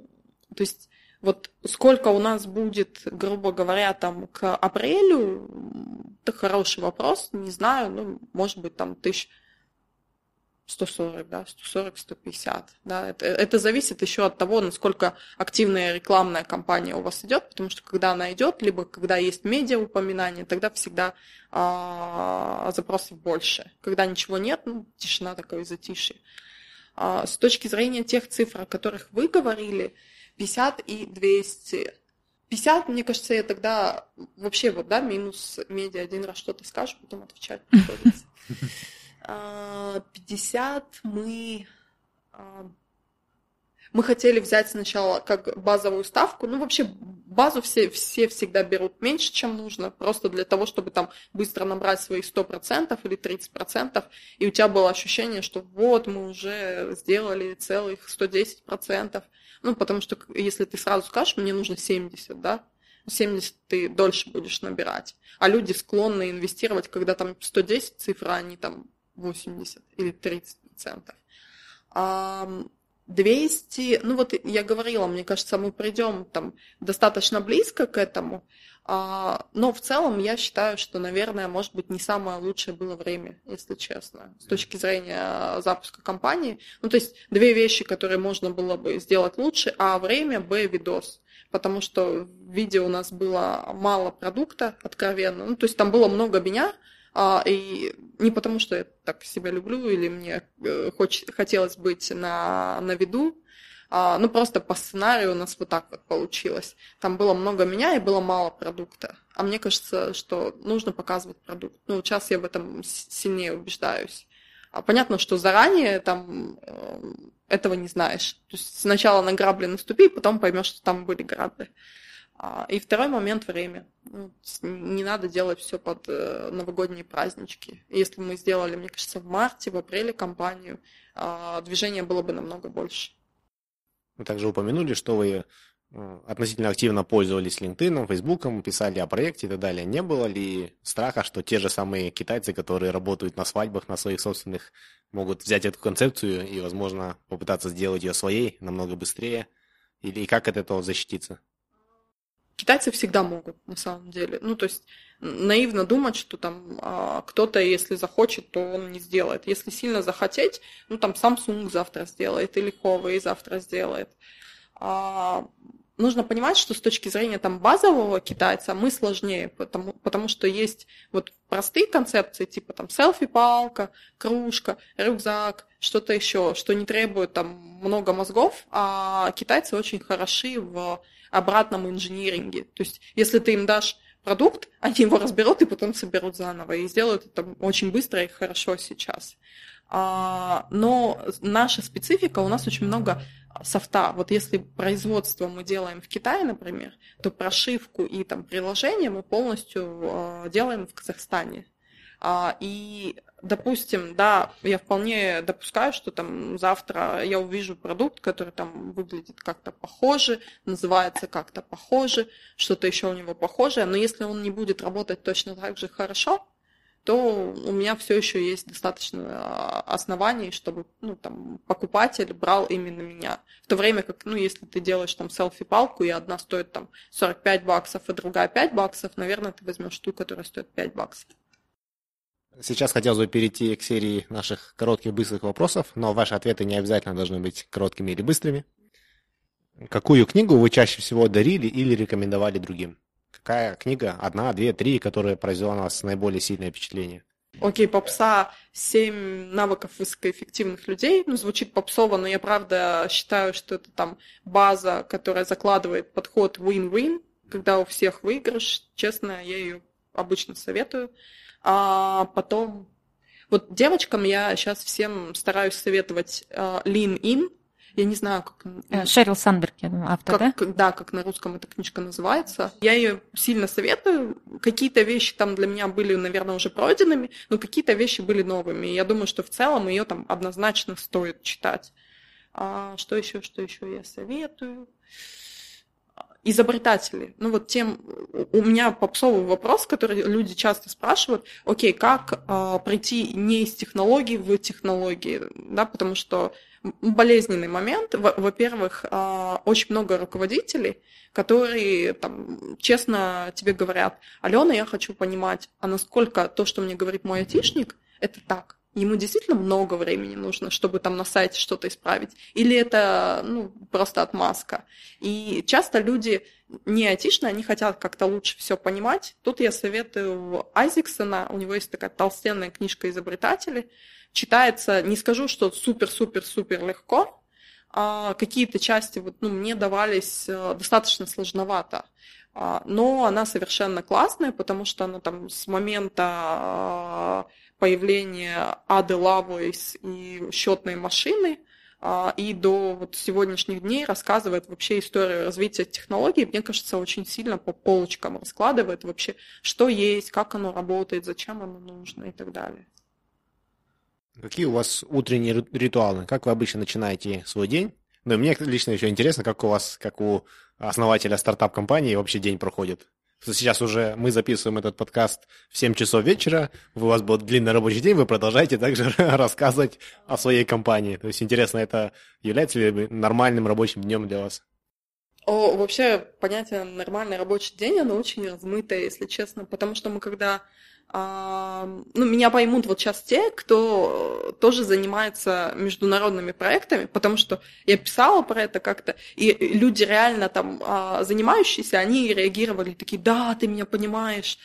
есть вот сколько у нас будет, грубо говоря, там к апрелю, это хороший вопрос, не знаю, ну, может быть, там тысяч сто сорок, да, сто сорок - сто пятьдесят, да, это, это зависит еще от того, насколько активная рекламная кампания у вас идет, потому что когда она идет, либо когда есть медиа упоминания, тогда всегда а, запросов больше. Когда ничего нет, ну, тишина такое, затишье. А, с точки зрения тех цифр, о которых вы говорили, пятьдесят и двести. пятьдесят, мне кажется, я тогда вообще вот, да, минус медиа один раз что-то скажешь, потом отвечать приходится. пятьдесят мы... Мы хотели взять сначала как базовую ставку. Ну, вообще, базу все, все всегда берут меньше, чем нужно, просто для того, чтобы там быстро набрать свои сто процентов или тридцать процентов, и у тебя было ощущение, что вот, мы уже сделали целых сто десять процентов. Ну, потому что если ты сразу скажешь, мне нужно семьдесят, да, семьдесят ты дольше будешь набирать. А люди склонны инвестировать, когда там сто десять цифра, а не там восемьдесят или тридцать процентов. двести, ну вот я говорила, мне кажется, мы придем там достаточно близко к этому, но в целом я считаю, что, наверное, может быть, не самое лучшее было время, если честно, с точки зрения запуска компании. Ну, то есть две вещи, которые можно было бы сделать лучше: а время, б видос. Потому что в видео у нас было мало продукта, откровенно. Ну, то есть там было много меня, и не потому, что я так себя люблю или мне хоч, хотелось быть на, на виду, ну просто по сценарию у нас вот так вот получилось. Там было много меня и было мало продукта. А мне кажется, что нужно показывать продукт. Ну, сейчас я в этом сильнее убеждаюсь. Понятно, что заранее там этого не знаешь. То есть сначала на грабли наступи, потом поймешь, что там были грабли. И второй момент — время. Не надо делать все под новогодние празднички. Если мы сделали, мне кажется, в марте, в апреле кампанию, движение было бы намного больше. Вы также упомянули, что вы относительно активно пользовались LinkedIn, Facebook, писали о проекте и так далее. Не было ли страха, что те же самые китайцы, которые работают на свадьбах, на своих собственных, могут взять эту концепцию и, возможно, попытаться сделать ее своей намного быстрее? Или как от этого защититься? Китайцы всегда могут, на самом деле. Ну, то есть наивно думать, что там а, кто-то, если захочет, то он не сделает. Если сильно захотеть, ну, там Samsung завтра сделает, или Huawei завтра сделает. А, нужно понимать, что с точки зрения там базового китайца мы сложнее, потому, потому что есть вот простые концепции, типа там селфи-палка, кружка, рюкзак, что-то еще, что не требует там много мозгов, а китайцы очень хороши в обратном инжиниринге. То есть, если ты им дашь продукт, они его разберут и потом соберут заново. И сделают это очень быстро и хорошо сейчас. Но наша специфика, у нас очень много софта. Вот если производство мы делаем в Китае, например, то прошивку и там приложение мы полностью делаем в Казахстане. И, допустим, да, я вполне допускаю, что там завтра я увижу продукт, который там выглядит как-то похоже, называется как-то похоже, что-то еще у него похожее, но если он не будет работать точно так же хорошо, то у меня все еще есть достаточно оснований, чтобы ну, там, покупатель брал именно меня. В то время как, ну, если ты делаешь там селфи-палку, и одна стоит там сорок пять баксов, а другая пять баксов, наверное, ты возьмешь ту, которая стоит пять баксов. Сейчас хотелось бы перейти к серии наших коротких быстрых вопросов, но ваши ответы не обязательно должны быть короткими или быстрыми. Какую книгу вы чаще всего дарили или рекомендовали другим? Какая книга, одна, две, три, которая произвела на вас наиболее сильное впечатление? Окей, попса «Семь навыков высокоэффективных людей». Ну, звучит попсово, но я правда считаю, что это там база, которая закладывает подход win-win, когда у всех выигрыш. Честно, я ее обычно советую. А потом, вот девочкам я сейчас всем стараюсь советовать uh, Lean In. Я не знаю, как... Шерил Сандберг, я думаю, автор, как, да? Да, как на русском эта книжка называется. Я ее сильно советую. Какие-то вещи там для меня были, наверное, уже пройденными, но какие-то вещи были новыми. И я думаю, что в целом ее там однозначно стоит читать. А что еще, что еще я советую? Изобретатели. Ну вот тем... У меня попсовый вопрос, который люди часто спрашивают. Окей, как а, прийти не из технологий в технологии? Да, потому что болезненный момент. Во-первых, очень много руководителей, которые там, честно тебе говорят: Алена, я хочу понимать, а насколько то, что мне говорит мой айтишник, это так? Ему действительно много времени нужно, чтобы там на сайте что-то исправить? Или это ну, просто отмазка? И часто люди не айтишные, они хотят как-то лучше все понимать. Тут я советую Айзексона, у него есть такая толстенная книжка «Изобретатели». Читается, не скажу, что супер-супер-супер легко, а какие-то части вот, ну, мне давались достаточно сложновато, но она совершенно классная, потому что она там с момента появления Ады Лавойс и счетной машины и до вот сегодняшних дней рассказывает вообще историю развития технологий. Мне кажется, очень сильно по полочкам раскладывает вообще, что есть, как оно работает, зачем оно нужно и так далее. Какие у вас утренние ритуалы? Как вы обычно начинаете свой день? Ну и мне лично еще интересно, как у вас, как у основателя стартап-компании вообще день проходит. Сейчас уже мы записываем этот подкаст в семь часов вечера, у вас был длинный рабочий день, вы продолжаете также рассказывать о своей компании. То есть интересно, это является ли нормальным рабочим днем для вас? О, вообще понятие «нормальный рабочий день», оно очень размытое, если честно, потому что мы когда... Ну, меня поймут вот сейчас те, кто тоже занимается международными проектами, потому что я писала про это как-то, и люди реально там занимающиеся, они реагировали такие: да, ты меня понимаешь.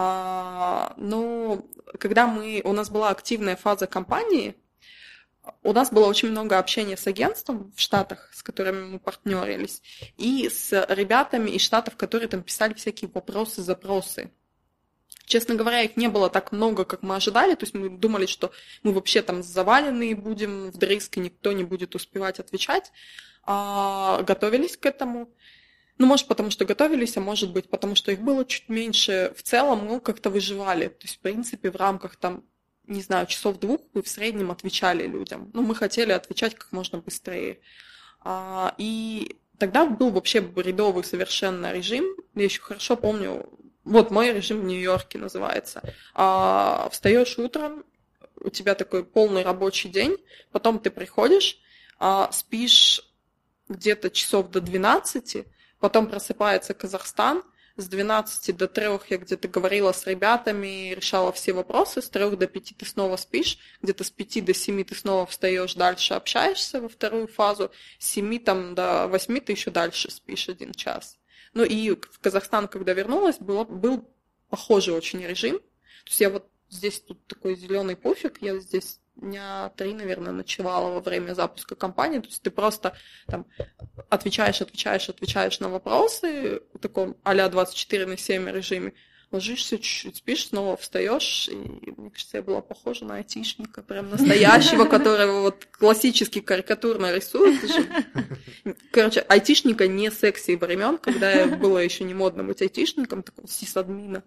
Но когда мы, у нас была активная фаза кампании, у нас было очень много общения с агентством в Штатах, с которыми мы партнерились, и с ребятами из Штатов, которые там писали всякие вопросы, запросы. Честно говоря, их не было так много, как мы ожидали. То есть мы думали, что мы вообще там заваленные будем вдрызг, и никто не будет успевать отвечать. А, готовились к этому. Ну, может, потому что готовились, а может быть, потому что их было чуть меньше. В целом мы как-то выживали. То есть, в принципе, в рамках там, не знаю, часов двух мы в среднем отвечали людям. Ну, мы хотели отвечать как можно быстрее. А, и тогда был вообще бредовый совершенно режим. Я еще хорошо помню... Вот мой режим в Нью-Йорке называется. А, встаешь утром, у тебя такой полный рабочий день, потом ты приходишь, а, спишь где-то часов до двенадцати, потом просыпается Казахстан, с двенадцати до трех я где-то говорила с ребятами, решала все вопросы, с трех до пяти ты снова спишь, где-то с пяти до семи ты снова встаешь, дальше общаешься во вторую фазу, с семи там, до восьми ты еще дальше спишь один час. Ну и в Казахстан, когда вернулась, было, был похожий очень режим. То есть я вот здесь тут такой зеленый пуфик, я здесь дня три, наверное, ночевала во время запуска компании. То есть ты просто там отвечаешь, отвечаешь, отвечаешь на вопросы в таком а-ля двадцать четыре на семь режиме. ложишься чуть-чуть, спишь, снова встаешь, и мне кажется, я была похожа на айтишника, прям настоящего, которого вот классически карикатурно рисуют. Короче, айтишника не секси времен, когда было еще не модно быть айтишником, такого сисадмина.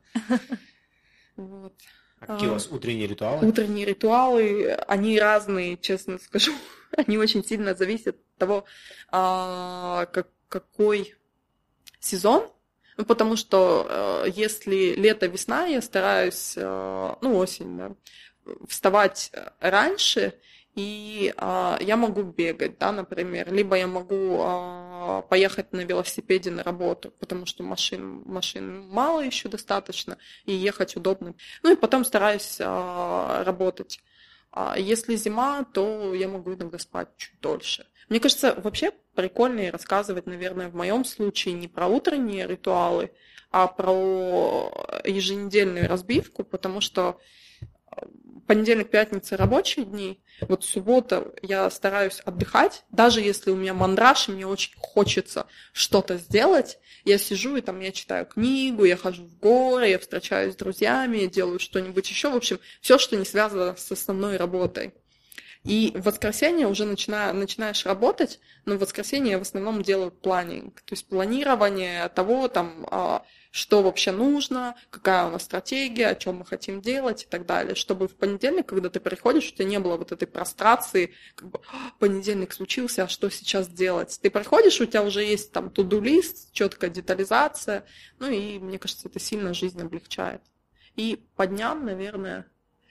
Вот. А какие у вас утренние ритуалы? Утренние ритуалы, они разные, честно скажу. Они очень сильно зависят от того, как, какой сезон. Ну, потому что если лето, весна, я стараюсь, ну, осень, да, вставать раньше, и а, я могу бегать, да, например, либо я могу а, поехать на велосипеде на работу, потому что машин, машин мало еще достаточно, и ехать удобно. Ну и потом стараюсь а, работать. А если зима, то я могу иногда спать чуть дольше. Мне кажется, вообще прикольнее рассказывать, наверное, в моем случае не про утренние ритуалы, а про еженедельную разбивку, потому что понедельник, пятница рабочие дни, вот суббота я стараюсь отдыхать, даже если у меня мандраж, и мне очень хочется что-то сделать, я сижу и там я читаю книгу, я хожу в горы, я встречаюсь с друзьями, я делаю что-нибудь еще, в общем, все, что не связано с основной работой. И в воскресенье уже начина, начинаешь работать, но в воскресенье я в основном делаю планинг, то есть планирование того, там, что вообще нужно, какая у нас стратегия, о чем мы хотим делать и так далее, чтобы в понедельник, когда ты приходишь, у тебя не было вот этой прострации, как бы, понедельник случился, а что сейчас делать? Ты приходишь, у тебя уже есть там to-do-лист, четкая детализация, ну и, мне кажется, это сильно жизнь облегчает. И по дням, наверное...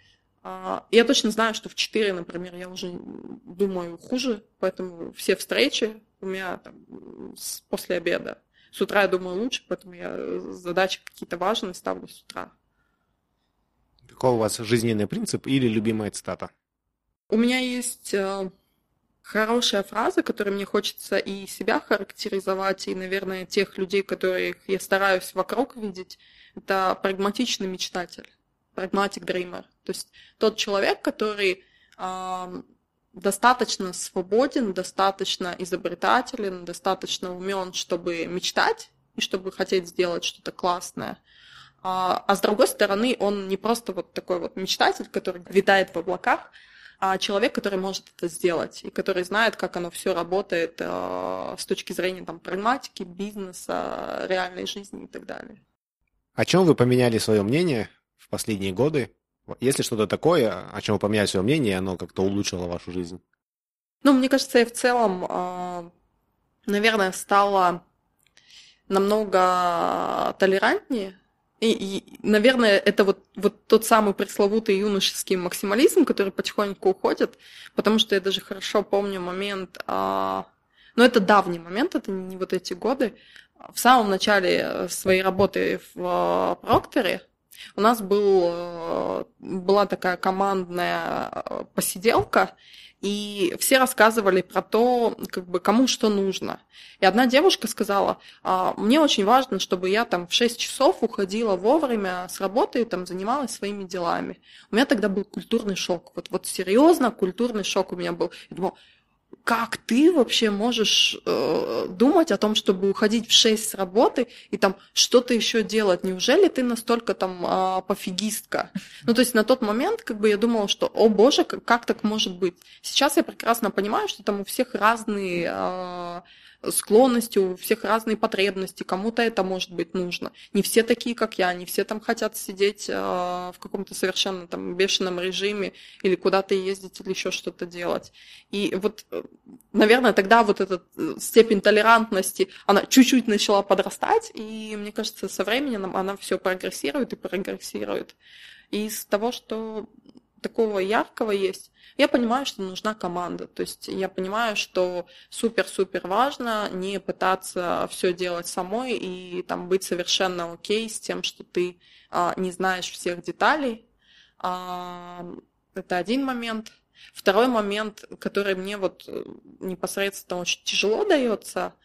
Я точно знаю, что в четыре, например, я уже думаю хуже, поэтому все встречи у меня там после обеда. С утра я думаю лучше, поэтому я задачи какие-то важные ставлю с утра. Какой у вас жизненный принцип или любимая цитата? У меня есть хорошая фраза, которой мне хочется и себя характеризовать, и, наверное, тех людей, которых я стараюсь вокруг видеть. Это прагматичный мечтатель. Pragmatic dreamer. То есть тот человек, который э, достаточно свободен, достаточно изобретателен, достаточно умен, чтобы мечтать и чтобы хотеть сделать что-то классное. А, а с другой стороны, он не просто вот такой вот мечтатель, который витает в облаках, а человек, который может это сделать и который знает, как оно все работает э, с точки зрения там, прагматики, бизнеса, реальной жизни и так далее. О чем вы поменяли свое мнение в последние годы? Если что-то такое, о чем вы поменяли свое мнение, оно как-то улучшило вашу жизнь? Ну, мне кажется, я в целом, наверное, стала намного толерантнее. И, и наверное, это вот, вот тот самый пресловутый юношеский максимализм, который потихоньку уходит, потому что я даже хорошо помню момент, но это давний момент, это не вот эти годы. В самом начале своей работы в Прокторе у нас был, была такая командная посиделка, и все рассказывали про то, как бы, кому что нужно. И одна девушка сказала: мне очень важно, чтобы я там в шесть часов уходила вовремя с работы и там занималась своими делами. У меня тогда был культурный шок. Вот, вот серьезно, культурный шок у меня был. Я думала, как ты вообще можешь э, думать о том, чтобы уходить в шесть с работы и там что-то еще делать? Неужели ты настолько там э, пофигистка? Ну, то есть на тот момент как бы я думала, что, о боже, как, как так может быть? Сейчас я прекрасно понимаю, что там у всех разные э, склонности, у всех разные потребности, кому-то это может быть нужно. Не все такие, как я, не все там хотят сидеть э, в каком-то совершенно там бешеном режиме или куда-то ездить или еще что-то делать. И вот, наверное, тогда вот эта степень толерантности, она чуть-чуть начала подрастать, и мне кажется, со временем она все прогрессирует и прогрессирует. И из того, что такого яркого есть, я понимаю, что нужна команда. То есть я понимаю, что супер-супер важно не пытаться все делать самой и там быть совершенно окей с тем, что ты а, не знаешь всех деталей. А, это один момент. Второй момент, который мне вот непосредственно очень тяжело дается,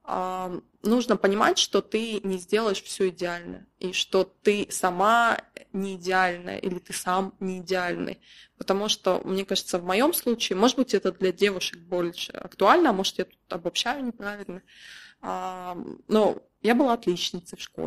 нужно понимать, что ты не сделаешь все идеально, и что ты сама не идеальная, или ты сам не идеальный. Потому что, мне кажется, в моем случае, может быть, это для девушек больше актуально, а может, я тут обобщаю неправильно, но я была отличницей в школе.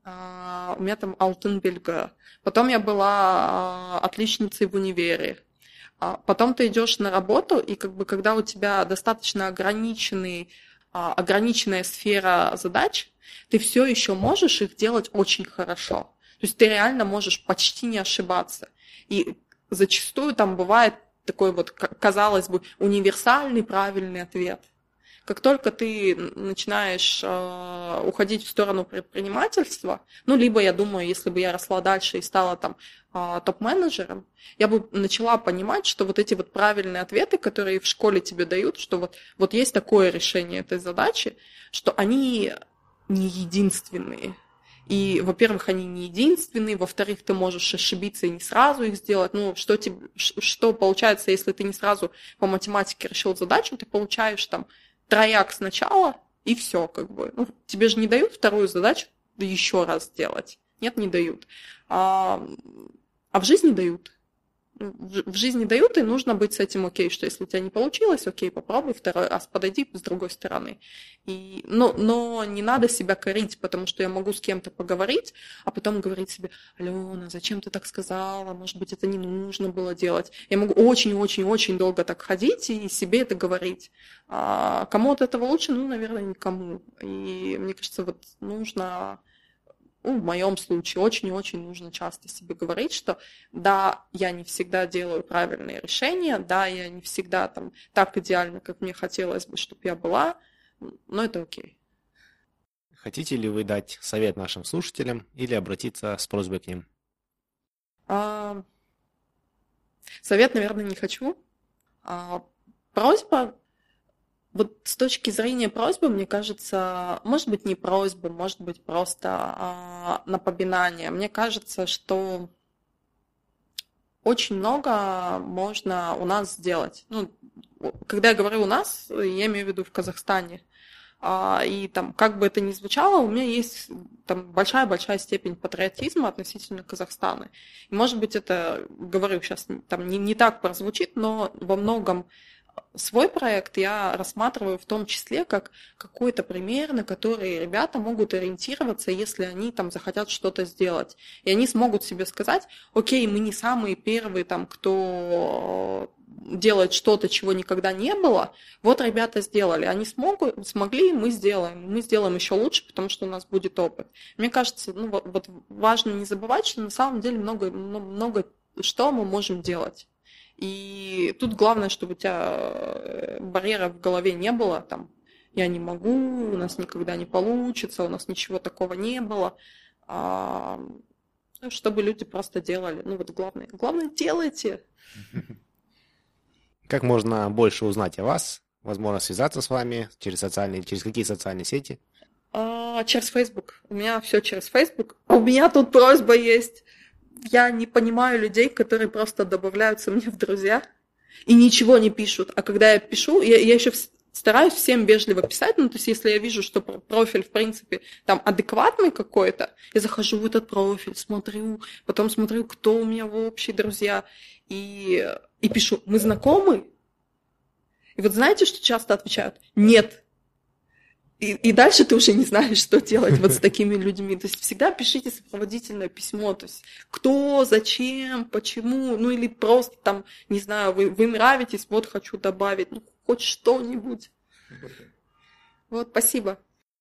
а, у меня там алтын белгі. Потом я была отличницей в универе. А потом ты идешь на работу, и как бы когда у тебя достаточно ограниченный, ограниченная сфера задач, ты все еще можешь их делать очень хорошо. То есть ты реально можешь почти не ошибаться. И зачастую там бывает такой вот, казалось бы, универсальный правильный ответ. Как только ты начинаешь э, уходить в сторону предпринимательства, ну, либо, я думаю, если бы я росла дальше и стала там э, топ-менеджером, я бы начала понимать, что вот эти вот правильные ответы, которые в школе тебе дают, что вот, вот есть такое решение этой задачи, что они не единственные. И, во-первых, они не единственные, во-вторых, ты можешь ошибиться и не сразу их сделать. Ну, что, тебе, что получается, если ты не сразу по математике решил задачу, ты получаешь там трояк сначала, и все, как бы. Ну, тебе же не дают вторую задачу еще раз сделать. Нет, не дают. А, а в жизни дают. В жизни дают, и нужно быть с этим окей, что если у тебя не получилось, окей, попробуй второй раз, подойди с другой стороны. И, но, но не надо себя корить, потому что я могу с кем-то поговорить, а потом говорить себе: Алена, зачем ты так сказала, может быть, это не нужно было делать. Я могу очень-очень-очень долго так ходить и себе это говорить. А кому от этого лучше? Ну, наверное, никому. И мне кажется, вот нужно... Ну, в моем случае очень и очень нужно часто себе говорить, что да, я не всегда делаю правильные решения, да, я не всегда там так идеально, как мне хотелось бы, чтобы я была, но это окей. Хотите ли вы дать совет нашим слушателям или обратиться с просьбой к ним? А, совет, наверное, не хочу. А, просьба... Вот с точки зрения просьбы, мне кажется, может быть, не просьба, может быть, просто а, напоминание. Мне кажется, что очень много можно у нас сделать. Ну, когда я говорю «у нас», я имею в виду в Казахстане. А, и там, как бы это ни звучало, у меня есть там большая-большая степень патриотизма относительно Казахстана. И, может быть, это, говорю сейчас, там не, не так прозвучит, но во многом свой проект я рассматриваю в том числе как какой-то пример, на который ребята могут ориентироваться, если они там захотят что-то сделать. И они смогут себе сказать: окей, мы не самые первые, там, кто делает что-то, чего никогда не было. Вот ребята сделали. Они смогут, смогли, мы сделаем. Мы сделаем еще лучше, потому что у нас будет опыт. Мне кажется, ну, вот важно не забывать, что на самом деле много, много что мы можем делать. И тут главное, чтобы у тебя барьера в голове не было, там, я не могу, у нас никогда не получится, у нас ничего такого не было, а, чтобы люди просто делали. Ну вот главное, главное делайте. Как можно больше узнать о вас? Возможно, связаться с вами через социальные, через какие социальные сети? А, через Facebook. У меня все через Facebook. А у меня тут просьба есть. Я не понимаю людей, которые просто добавляются мне в друзья и ничего не пишут. А когда я пишу, я, я еще стараюсь всем вежливо писать. Ну, то есть, если я вижу, что профиль, в принципе, там адекватный какой-то, я захожу в этот профиль, смотрю, потом смотрю, кто у меня в общие друзья, и, и пишу: мы знакомы? И вот знаете, что часто отвечают? Нет. И, и дальше ты уже не знаешь, что делать вот с такими людьми. То есть всегда пишите сопроводительное письмо. То есть кто, зачем, почему, ну или просто там, не знаю, вы, вы нравитесь, вот хочу добавить, ну хоть что-нибудь. Вот, спасибо.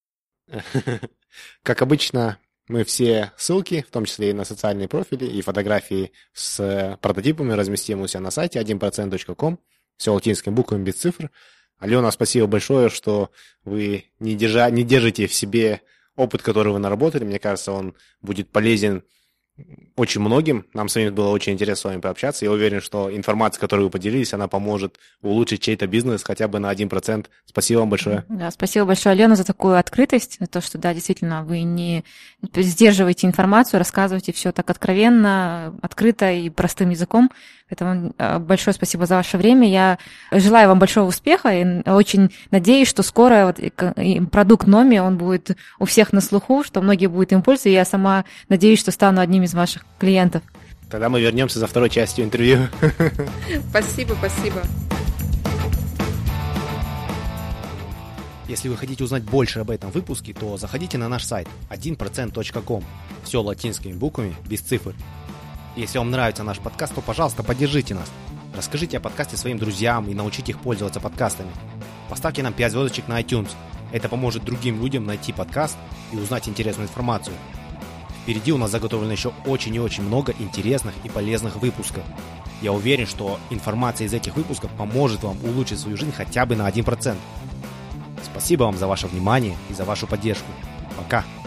Как обычно, мы все ссылки, в том числе и на социальные профили, и фотографии с прототипами разместим у себя на сайте один процент точка ком. Все латинскими буквами, без цифр. Алена, спасибо большое, что вы не, держа, не держите в себе опыт, который вы наработали. Мне кажется, он будет полезен очень многим. Нам с вами было очень интересно с вами пообщаться. Я уверен, что информация, которой вы поделились, она поможет улучшить чей-то бизнес хотя бы на один процент. Спасибо вам большое. Да, спасибо большое, Алена, за такую открытость, за то, что, да, действительно, вы не сдерживаете информацию, рассказываете все так откровенно, открыто и простым языком. Поэтому большое спасибо за ваше время. Я желаю вам большого успеха и очень надеюсь, что скоро вот продукт Номи, он будет у всех на слуху, что многие будут им пользоваться, и я сама надеюсь, что стану одним из ваших клиентов. Тогда мы вернемся за второй частью интервью. Спасибо, спасибо. Если вы хотите узнать больше об этом выпуске, то заходите на наш сайт один процент точка ком. Все латинскими буквами, без цифр. Если вам нравится наш подкаст, то, пожалуйста, поддержите нас. Расскажите о подкасте своим друзьям и научите их пользоваться подкастами. Поставьте нам пять звездочек на iTunes. Это поможет другим людям найти подкаст и узнать интересную информацию. Впереди у нас заготовлено еще очень и очень много интересных и полезных выпусков. Я уверен, что информация из этих выпусков поможет вам улучшить свою жизнь хотя бы на один процент. Спасибо вам за ваше внимание и за вашу поддержку. Пока!